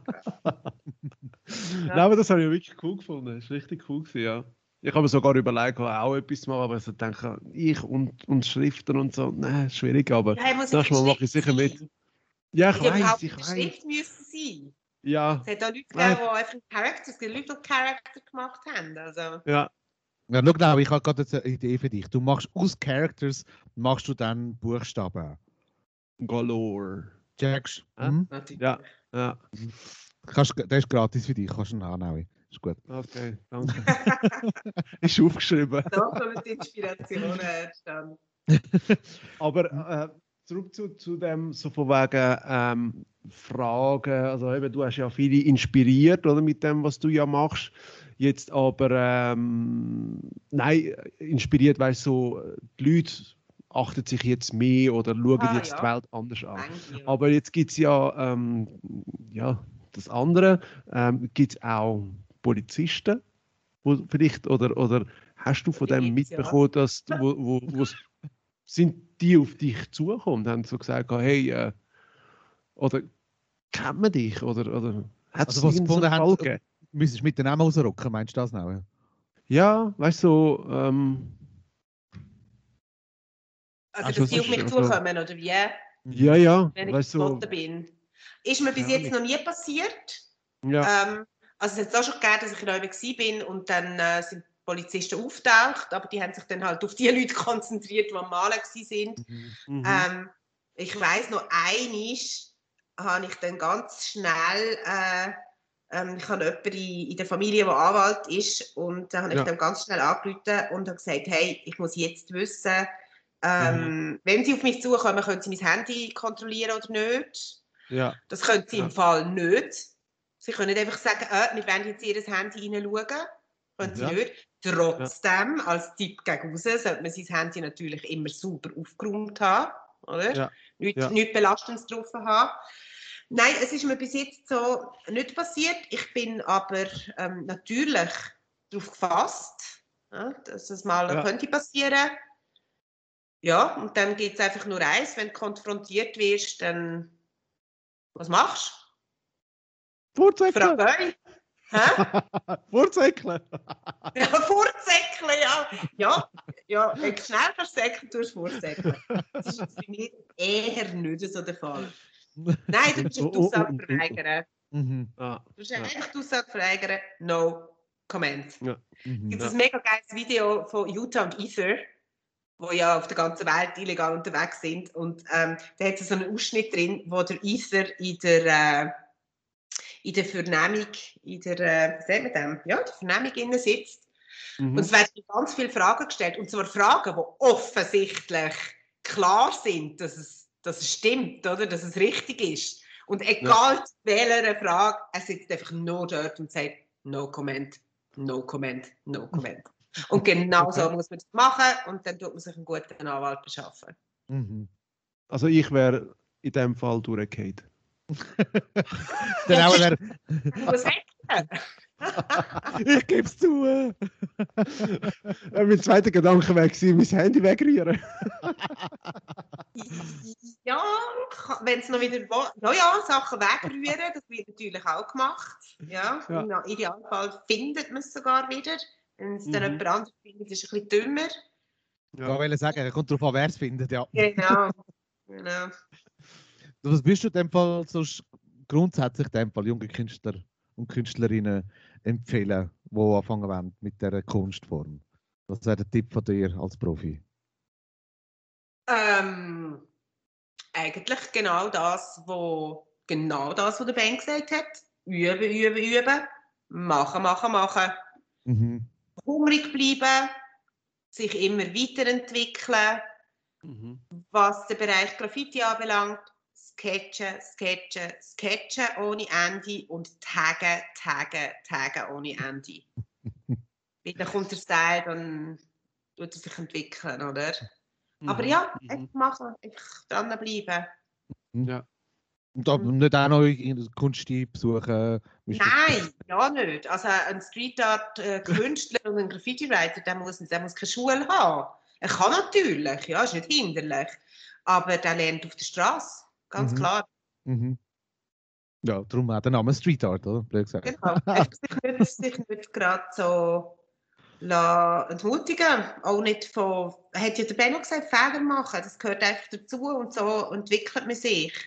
Nein, aber das habe ich wirklich cool gefunden. Das war richtig cool gewesen, ja. Ich habe mir sogar überlegt, auch etwas zu machen, aber ich so denke, ich und, und Schriften und so, nein, schwierig, aber Ja, ich muss das Mal mache ich Schrift sicher mit. sein. Ja, ich Hätte weiß, überhaupt ich eine weiß. Schrift müssen sein. Ja, Es hat auch Leute gegeben, die nein, einfach Characters, die Leute, die Charakter gemacht haben. Also, ja, Ja, schau genau, ich habe gerade jetzt eine Idee für dich. Du machst aus Characters, machst du dann Buchstaben. Galore. Checkst? Hä? Hm? natürlich. Ja, ja. Kannst, das ist gratis für dich, kannst du ihn annehmen. Ist gut. Okay, danke. Ist aufgeschrieben. Da kommt die Inspiration her. Dann. Aber äh, zurück zu, zu dem, so von wegen ähm, Fragen. Also eben, du hast ja viele inspiriert, oder, mit dem, was du ja machst. Jetzt aber, ähm, nein, inspiriert, weil so, die Leute achten sich jetzt mehr oder schauen Ah, jetzt ja. die Welt anders an. Manche, ja. Aber jetzt gibt es ja, ähm, ja, das andere, ähm, gibt es auch Polizisten, wo vielleicht, oder, oder hast du von Die dem gibt's, ja. mitbekommen, dass, wo, wo, wo's, sind die auf dich zugekommen und haben so gesagt, hey, äh, oder kennt man dich, oder, oder hat es Also, was irgendeinen gefunden Fall haben, gegeben? müsstest du mit den Namen rausrücken, meinst du das noch? Ja, weißt du, so, ähm, Also, Hast du dass die was auf mich verstanden? zukommen, oder wie? ja, ja, Wenn ich weißt du, so, geflotten bin. Ist mir bis Keine jetzt noch nie passiert. ja, Ähm, also es hat es auch schon gegeben, dass ich in Räumen war bin und dann äh, sind Polizisten auftaucht, aber die haben sich dann halt auf die Leute konzentriert, die am Malen waren. Mhm. mhm. Ähm, ich weiss noch, einmal habe ich dann ganz schnell, äh, ähm, ich habe jemanden in, in der Familie, der Anwalt ist, und da habe ich Ja. dann ganz schnell angerufen und habe gesagt, hey, ich muss jetzt wissen, ähm, Mhm. wenn Sie auf mich zukommen, können Sie mein Handy kontrollieren oder nicht? Ja, Das können Sie Ja. im Fall nicht. Sie können nicht einfach sagen, äh, wir wollen jetzt in Ihr Handy hineinschauen. Können Sie Ja. nicht. Trotzdem, als Tipp gegen raus, sollte man sein Handy natürlich immer sauber aufgeräumt haben. Oder? Ja. Nichts, Ja. nichts Belastendes drauf haben. Nein, es ist mir bis jetzt so nicht passiert. Ich bin aber ähm, natürlich darauf gefasst, ja, dass es mal Ja. könnte passieren. Ja, und dann geht es einfach nur eins, wenn du konfrontiert wirst, dann was machst du? Vorzeichnen! Frag euch. Hä? Vorzeichnen! Ja, vorsäckeln, ja. Ja, ja, wenn du schnell kannst säckeln, tust du vorsäckeln. Das ist jetzt bei mir eher nicht so der Fall. Nein, du musst Oh, die oh, Aussage oh, oh, oh. verweigern. Mhm. Ah, Du musst ja. einfach die Aussage verweigern, no comment. Ja. Mhm. Gibt Ja. es ein mega geiles Video von Utah und Ether, die ja auf der ganzen Welt illegal unterwegs sind. Und ähm, da hat es so einen Ausschnitt drin, wo der Ether in der, äh, in der Vernehmung, in der, äh, wie sagt man dem? Ja, der Vernehmung innen sitzt. Mhm. Und es werden ganz viele Fragen gestellt. Und zwar Fragen, die offensichtlich klar sind, dass es, dass es stimmt, oder? Dass es richtig ist. Und egal ja. welcher Frage, er sitzt einfach nur dort und sagt, no comment, no comment, no comment. Und genau Okay. so muss man das machen und dann tut man sich einen guten Anwalt beschaffen. Mhm. Also ich wäre in dem Fall durchgefallen. Dann auch der, Was sagt ich gebe es zu. Äh, mein zweiter Gedanke wäre gewesen, mein Handy wegrühren. Ja, wenn es noch wieder ja, ja, Sachen wegrühren, das wird natürlich auch gemacht. Ja, Ja. im Idealfall findet man es sogar wieder. Wenn es dann Mhm. jemand anderes findet, ist es ein bisschen dümmer. Ich wollte sagen, er kommt darauf an, wer es findet. Ja. Genau. genau. Was würdest du in dem Fall sonst grundsätzlich in dem Fall junge Künstler und Künstlerinnen empfehlen, die anfangen wollen mit dieser Kunstform? Was wäre der Tipp von dir als Profi? Ähm, eigentlich genau das, wo genau das, was der Ben gesagt hat. Üben, üben, üben. Machen, machen, machen. Mhm. Hungrig bleiben. Sich immer weiterentwickeln. Mhm. Was den Bereich Graffiti anbelangt. Sketchen, sketchen, sketchen ohne Ende und taggen, taggen, taggen ohne Ende. Weil dann kommt der Style, dann tut er sich entwickeln, oder? Mhm. Aber ja, Mhm. einfach machen, einfach dranbleiben. Ja. Und da Mhm. nicht auch noch in Kunsttyp besuchen? Nein, ja nicht. Also ein Street Art äh, Künstler und ein Graffiti Writer, der muss, der muss keine Schule haben. Er kann natürlich, ja, ist nicht hinderlich, aber der lernt auf der Straße, ganz Mhm. klar. Mhm. Ja, darum auch der Name Street Art, oder? Blöd gesagt. Genau. Einfach sich nicht, sich nicht gerade so la, entmutigen. Auch nicht von, hat ja der Benno gesagt, Fehler machen, das gehört einfach dazu und so entwickelt man sich.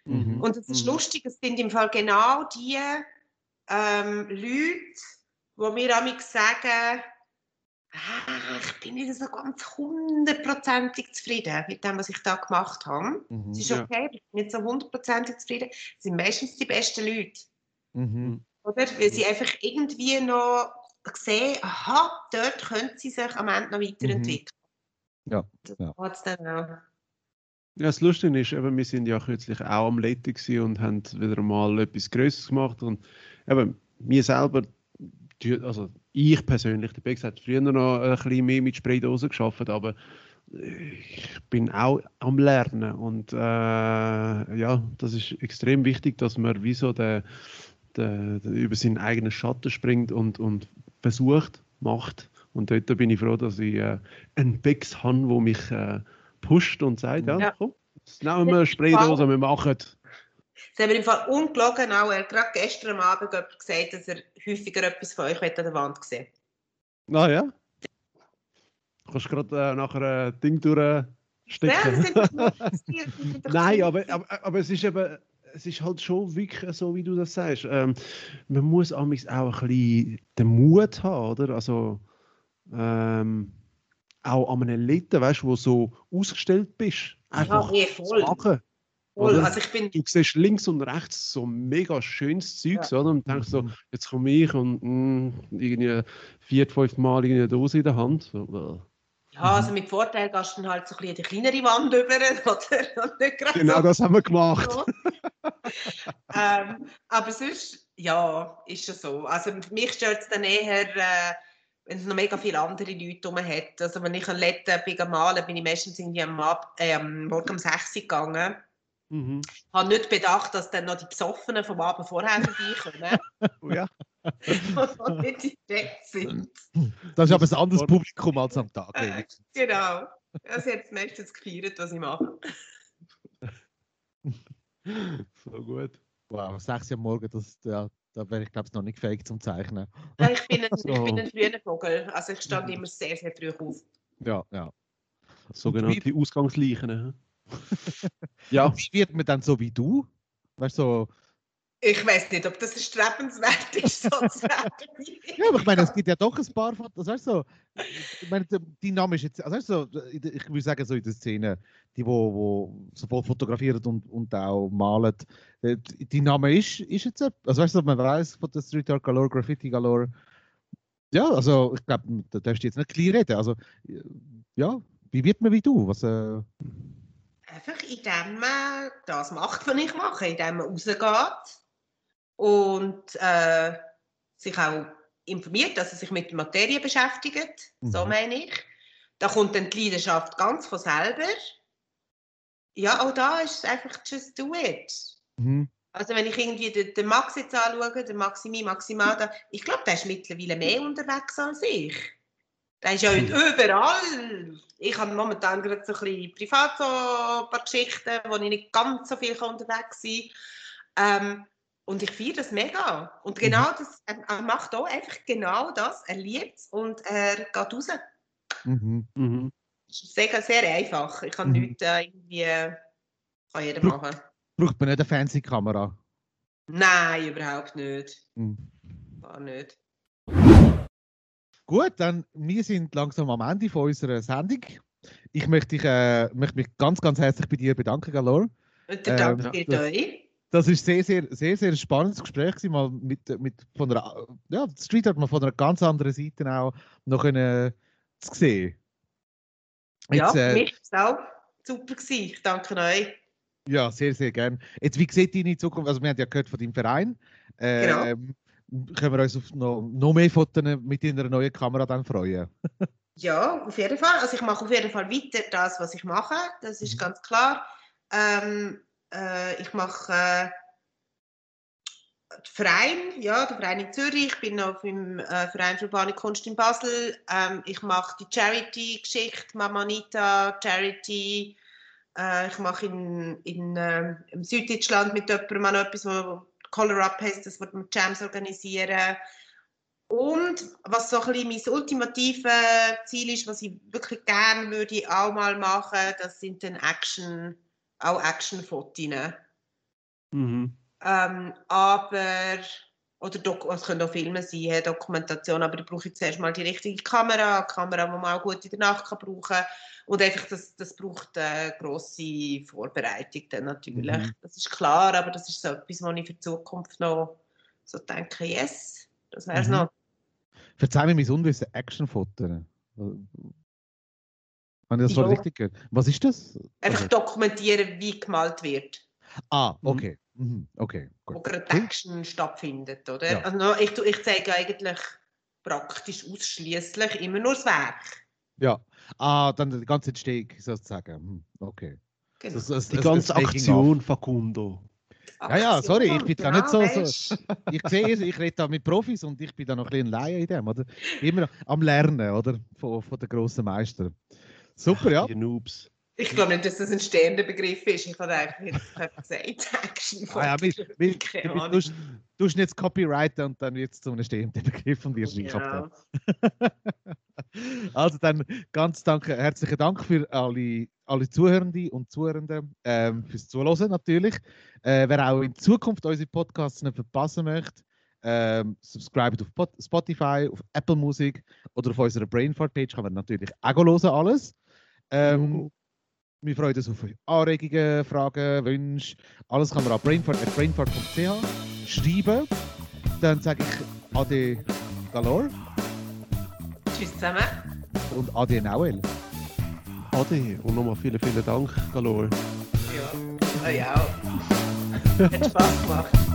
Mhm. Und es ist Mhm. lustig, es sind im Fall genau die ähm, Leute, die mir manchmal sagen, ah, ich bin nicht so ganz hundertprozentig zufrieden mit dem, was ich da gemacht habe. Mhm. Es ist Ja. okay, aber ich bin nicht so hundertprozentig zufrieden. Das sind meistens die besten Leute. Mhm. Mhm. Oder? Weil sie einfach irgendwie noch sehen, aha, dort können sie sich am Ende noch weiterentwickeln. Ja. Das Ja. geht's dann auch. Ja, das Lustige ist, eben, wir sind ja kürzlich auch am Letten gewesen und haben wieder mal etwas Größeres gemacht. Und eben, wir selber, die- also ich persönlich, der Bex hat früher noch ein bisschen mehr mit Spraydosen gearbeitet, aber ich bin auch am Lernen. Und äh, ja, das ist extrem wichtig, dass man wie so der, der, der über seinen eigenen Schatten springt und, und versucht, macht. Und dort bin ich froh, dass ich äh, einen Bex habe, der mich äh, pusht und sagt, ja, Ja. komm, jetzt nehmen wir eine Spraydose, wir machen. Das haben wir im Fall ungelogen auch. Er hat gerade gestern am Abend jemand gesagt, dass er häufiger etwas von euch an der Wand sehen Ah ja? Kannst du gerade äh, nachher ein Ding durchstecken? Ja, das sind doch nur passiert. Das sind doch Nein, so- aber, aber, aber es ist eben, es ist halt schon wirklich so, wie du das sagst. Ähm, man muss amigs auch ein bisschen den Mut haben, oder? Also ähm, auch an einem Letten, weißt du, wo so ausgestellt bist, Ja, einfach nee, zu voll. machen. voll. Oder? Also ich bin, Du siehst links und rechts so mega schönes Zeugs, Ja. oder? Und denkst so, Mhm. jetzt komme ich und mh, irgendwie vier, fünf Mal eine Dose in der Hand. So, well. ja, also mit Vorteil gehst du dann halt so ein bisschen die kleinere Wand über, oder? Und nicht gerade Genau so das haben wir gemacht. groß. ähm, aber sonst, ja, ist schon so. Also mich stört es dann eher, äh, wenn es noch mega viele andere Leute rum hat. Also wenn ich an Letten bin am Malen, bin ich meistens irgendwie am, Ab äh, am Morgen um sechs Uhr gegangen. Mhm. Ich habe nicht bedacht, dass dann noch die Besoffenen vom Abend vorher vorbeikommen Oh ja. und nicht in Bett sind. Das ist aber Muss ein anderes sofort- Publikum als am Tag. Äh, wenigstens. genau. Das hat es meistens gefeiert, was ich mache. So gut. Wow, sechs Uhr am Morgen, das, ja, da wäre ich glaube ich noch nicht fähig zum Zeichnen. Ja, ich bin ein, So. ich bin ein früher Vogel. Also ich stand immer sehr, sehr früh auf. Ja, ja. Sogenannte Ausgangsleichen. hä? Ja. Und wie wird man dann so wie du? Weißt du, so, Ich weiß nicht, ob das erstrebenswert ist, so zu werden. ja, aber ich meine, es gibt ja doch ein paar Fotos, weißt du, so, ich meine, der- die Name ist jetzt, also weißt du, so, in der- ich würde sagen, so in der Szene, die, wo, wo sowohl fotografieren und, und auch malen, die, die Name ist, ist jetzt, etwas- also weißt du, man weiß von der Street Art Galore, Graffiti Galore, ja, also ich glaube, da darfst du jetzt nicht klein reden, also, ja, wie wird man wie du? Was, äh, Einfach indem man das macht, was ich mache, indem man rausgeht und äh, sich auch informiert, dass er sich mit der Materie beschäftigt. So Mhm. meine ich. Da kommt dann die Leidenschaft ganz von selber. Ja, auch da ist es einfach just do it. mhm. Also wenn ich irgendwie den, den Max jetzt anschaue, den Maximi, Maximada, ich glaube, der ist mittlerweile mehr unterwegs als ich. Der ist ja heute überall. Ich habe momentan gerade so ein bisschen privat so ein paar Geschichten, wo ich nicht ganz so viel unterwegs sein kann. Ähm, und ich feiere das mega. Und genau das, er, er macht auch einfach genau das. Er liebt es und er geht raus. Das Mhm. Mhm. ist sehr, sehr einfach. Ich kann Mhm. nichts äh, irgendwie, kann jeder Bru- machen. Braucht man nicht eine fancy Kamera? Nein, überhaupt nicht. Mhm. Gar nicht. Gut, dann wir sind langsam am Ende von unserer Sendung. Ich möchte, dich, äh, möchte mich ganz, ganz herzlich bei dir bedanken, Galore. Und der Dank Ähm, gilt das- euch. Das ist sehr, sehr, sehr, sehr spannendes Gespräch gewesen, mal mit, mit von einer, ja, Street Art mal von einer ganz anderen Seite auch noch können zu sehen. Ja, Jetzt, für äh, mich war es auch super gewesen. Ich danke euch. ja, sehr, sehr gern. Jetzt, wie sieht deine Zukunft? Also wir haben ja gehört von deinem Verein. Ähm, Können wir uns auf noch, noch mehr Fotos mit deiner neuen Kamera dann freuen? Ja, auf jeden Fall. Also ich mache auf jeden Fall weiter das, was ich mache. Das ist Mhm. ganz klar. Ähm, äh, ich mache äh, den Verein, ja, den Verein in Zürich. Ich bin noch im äh, Verein für urbane Kunst in Basel. Ähm, ich mache die Charity-Geschichte, Mama Anita, Charity. Äh, ich mache in, in, äh, im Süddeutschland mit jemandem noch etwas, wo Color Up heisst, das wird mit Jams organisieren. Und was so ein bisschen mein ultimatives Ziel ist, was ich wirklich gerne würde auch mal machen, das sind dann Action, auch Action-Fotos. Mhm. Ähm, aber, oder Dok- es können auch Filme sein, Dokumentation, aber da brauche ich zuerst mal die richtige Kamera, eine Kamera, die man auch gut in der Nacht kann brauchen kann. Und einfach, das, das braucht eine grosse Vorbereitung dann natürlich. Mhm. Das ist klar, aber das ist so etwas, wo ich für die Zukunft noch so denke, yes, das wäre es Mhm. noch. Verzeih mir mein Unwissen, Actionfoto. Wenn ich das Ja. Wort richtig gehört. Was ist das? Einfach Also, dokumentieren, wie gemalt wird, ah, Mhm. okay. Mhm. Okay, wo gut. gerade Cool. Action stattfindet, oder? Ja. Also, ich, tu- ich zeige eigentlich praktisch ausschließlich immer nur das Werk. Ja. Ah, dann die ganze Entstehung sozusagen. Hm, okay. Genau. Das, das, Die das, ganze das Making Aktion, of. Facundo. Ja, ja, sorry, ich Aktion, bin da genau, nicht so, so. weisst. Ich sehe, ich rede da mit Profis und ich bin da noch ein bisschen Laie in dem, oder? Immer am Lernen, oder? Von, von den grossen Meistern. Super, ja. Die Noobs. Ich glaube nicht, dass das ein stehender Begriff ist. Ich habe eigentlich jetzt gesagt, Action. Ah, ja, wir, wir, Keine wir, Ahnung. du, du hast jetzt Copyright und dann wird es zu einem stehenden Begriff von dir schreiben. Ja. Also dann ganz danke, herzlichen Dank für alle, alle Zuhörenden und Zuhörenden, ähm, fürs Zuhören natürlich. Äh, wer auch in Zukunft unsere Podcasts nicht verpassen möchte, ähm, subscribe auf Pot- Spotify, auf Apple Music oder auf unserer Brainfart-Page kann man natürlich auch hören, alles. Ähm, wir freuen uns auf Anregungen, Fragen, Wünsche. Alles kann man an brainfart at brainfart punkt c h schreiben. Dann sage ich Ade Galore Tschüss zusammen. und Ade Nauel. Ade und nochmal vielen, vielen Dank, Galore. Ja, ah, ja. Hat Spaß gemacht.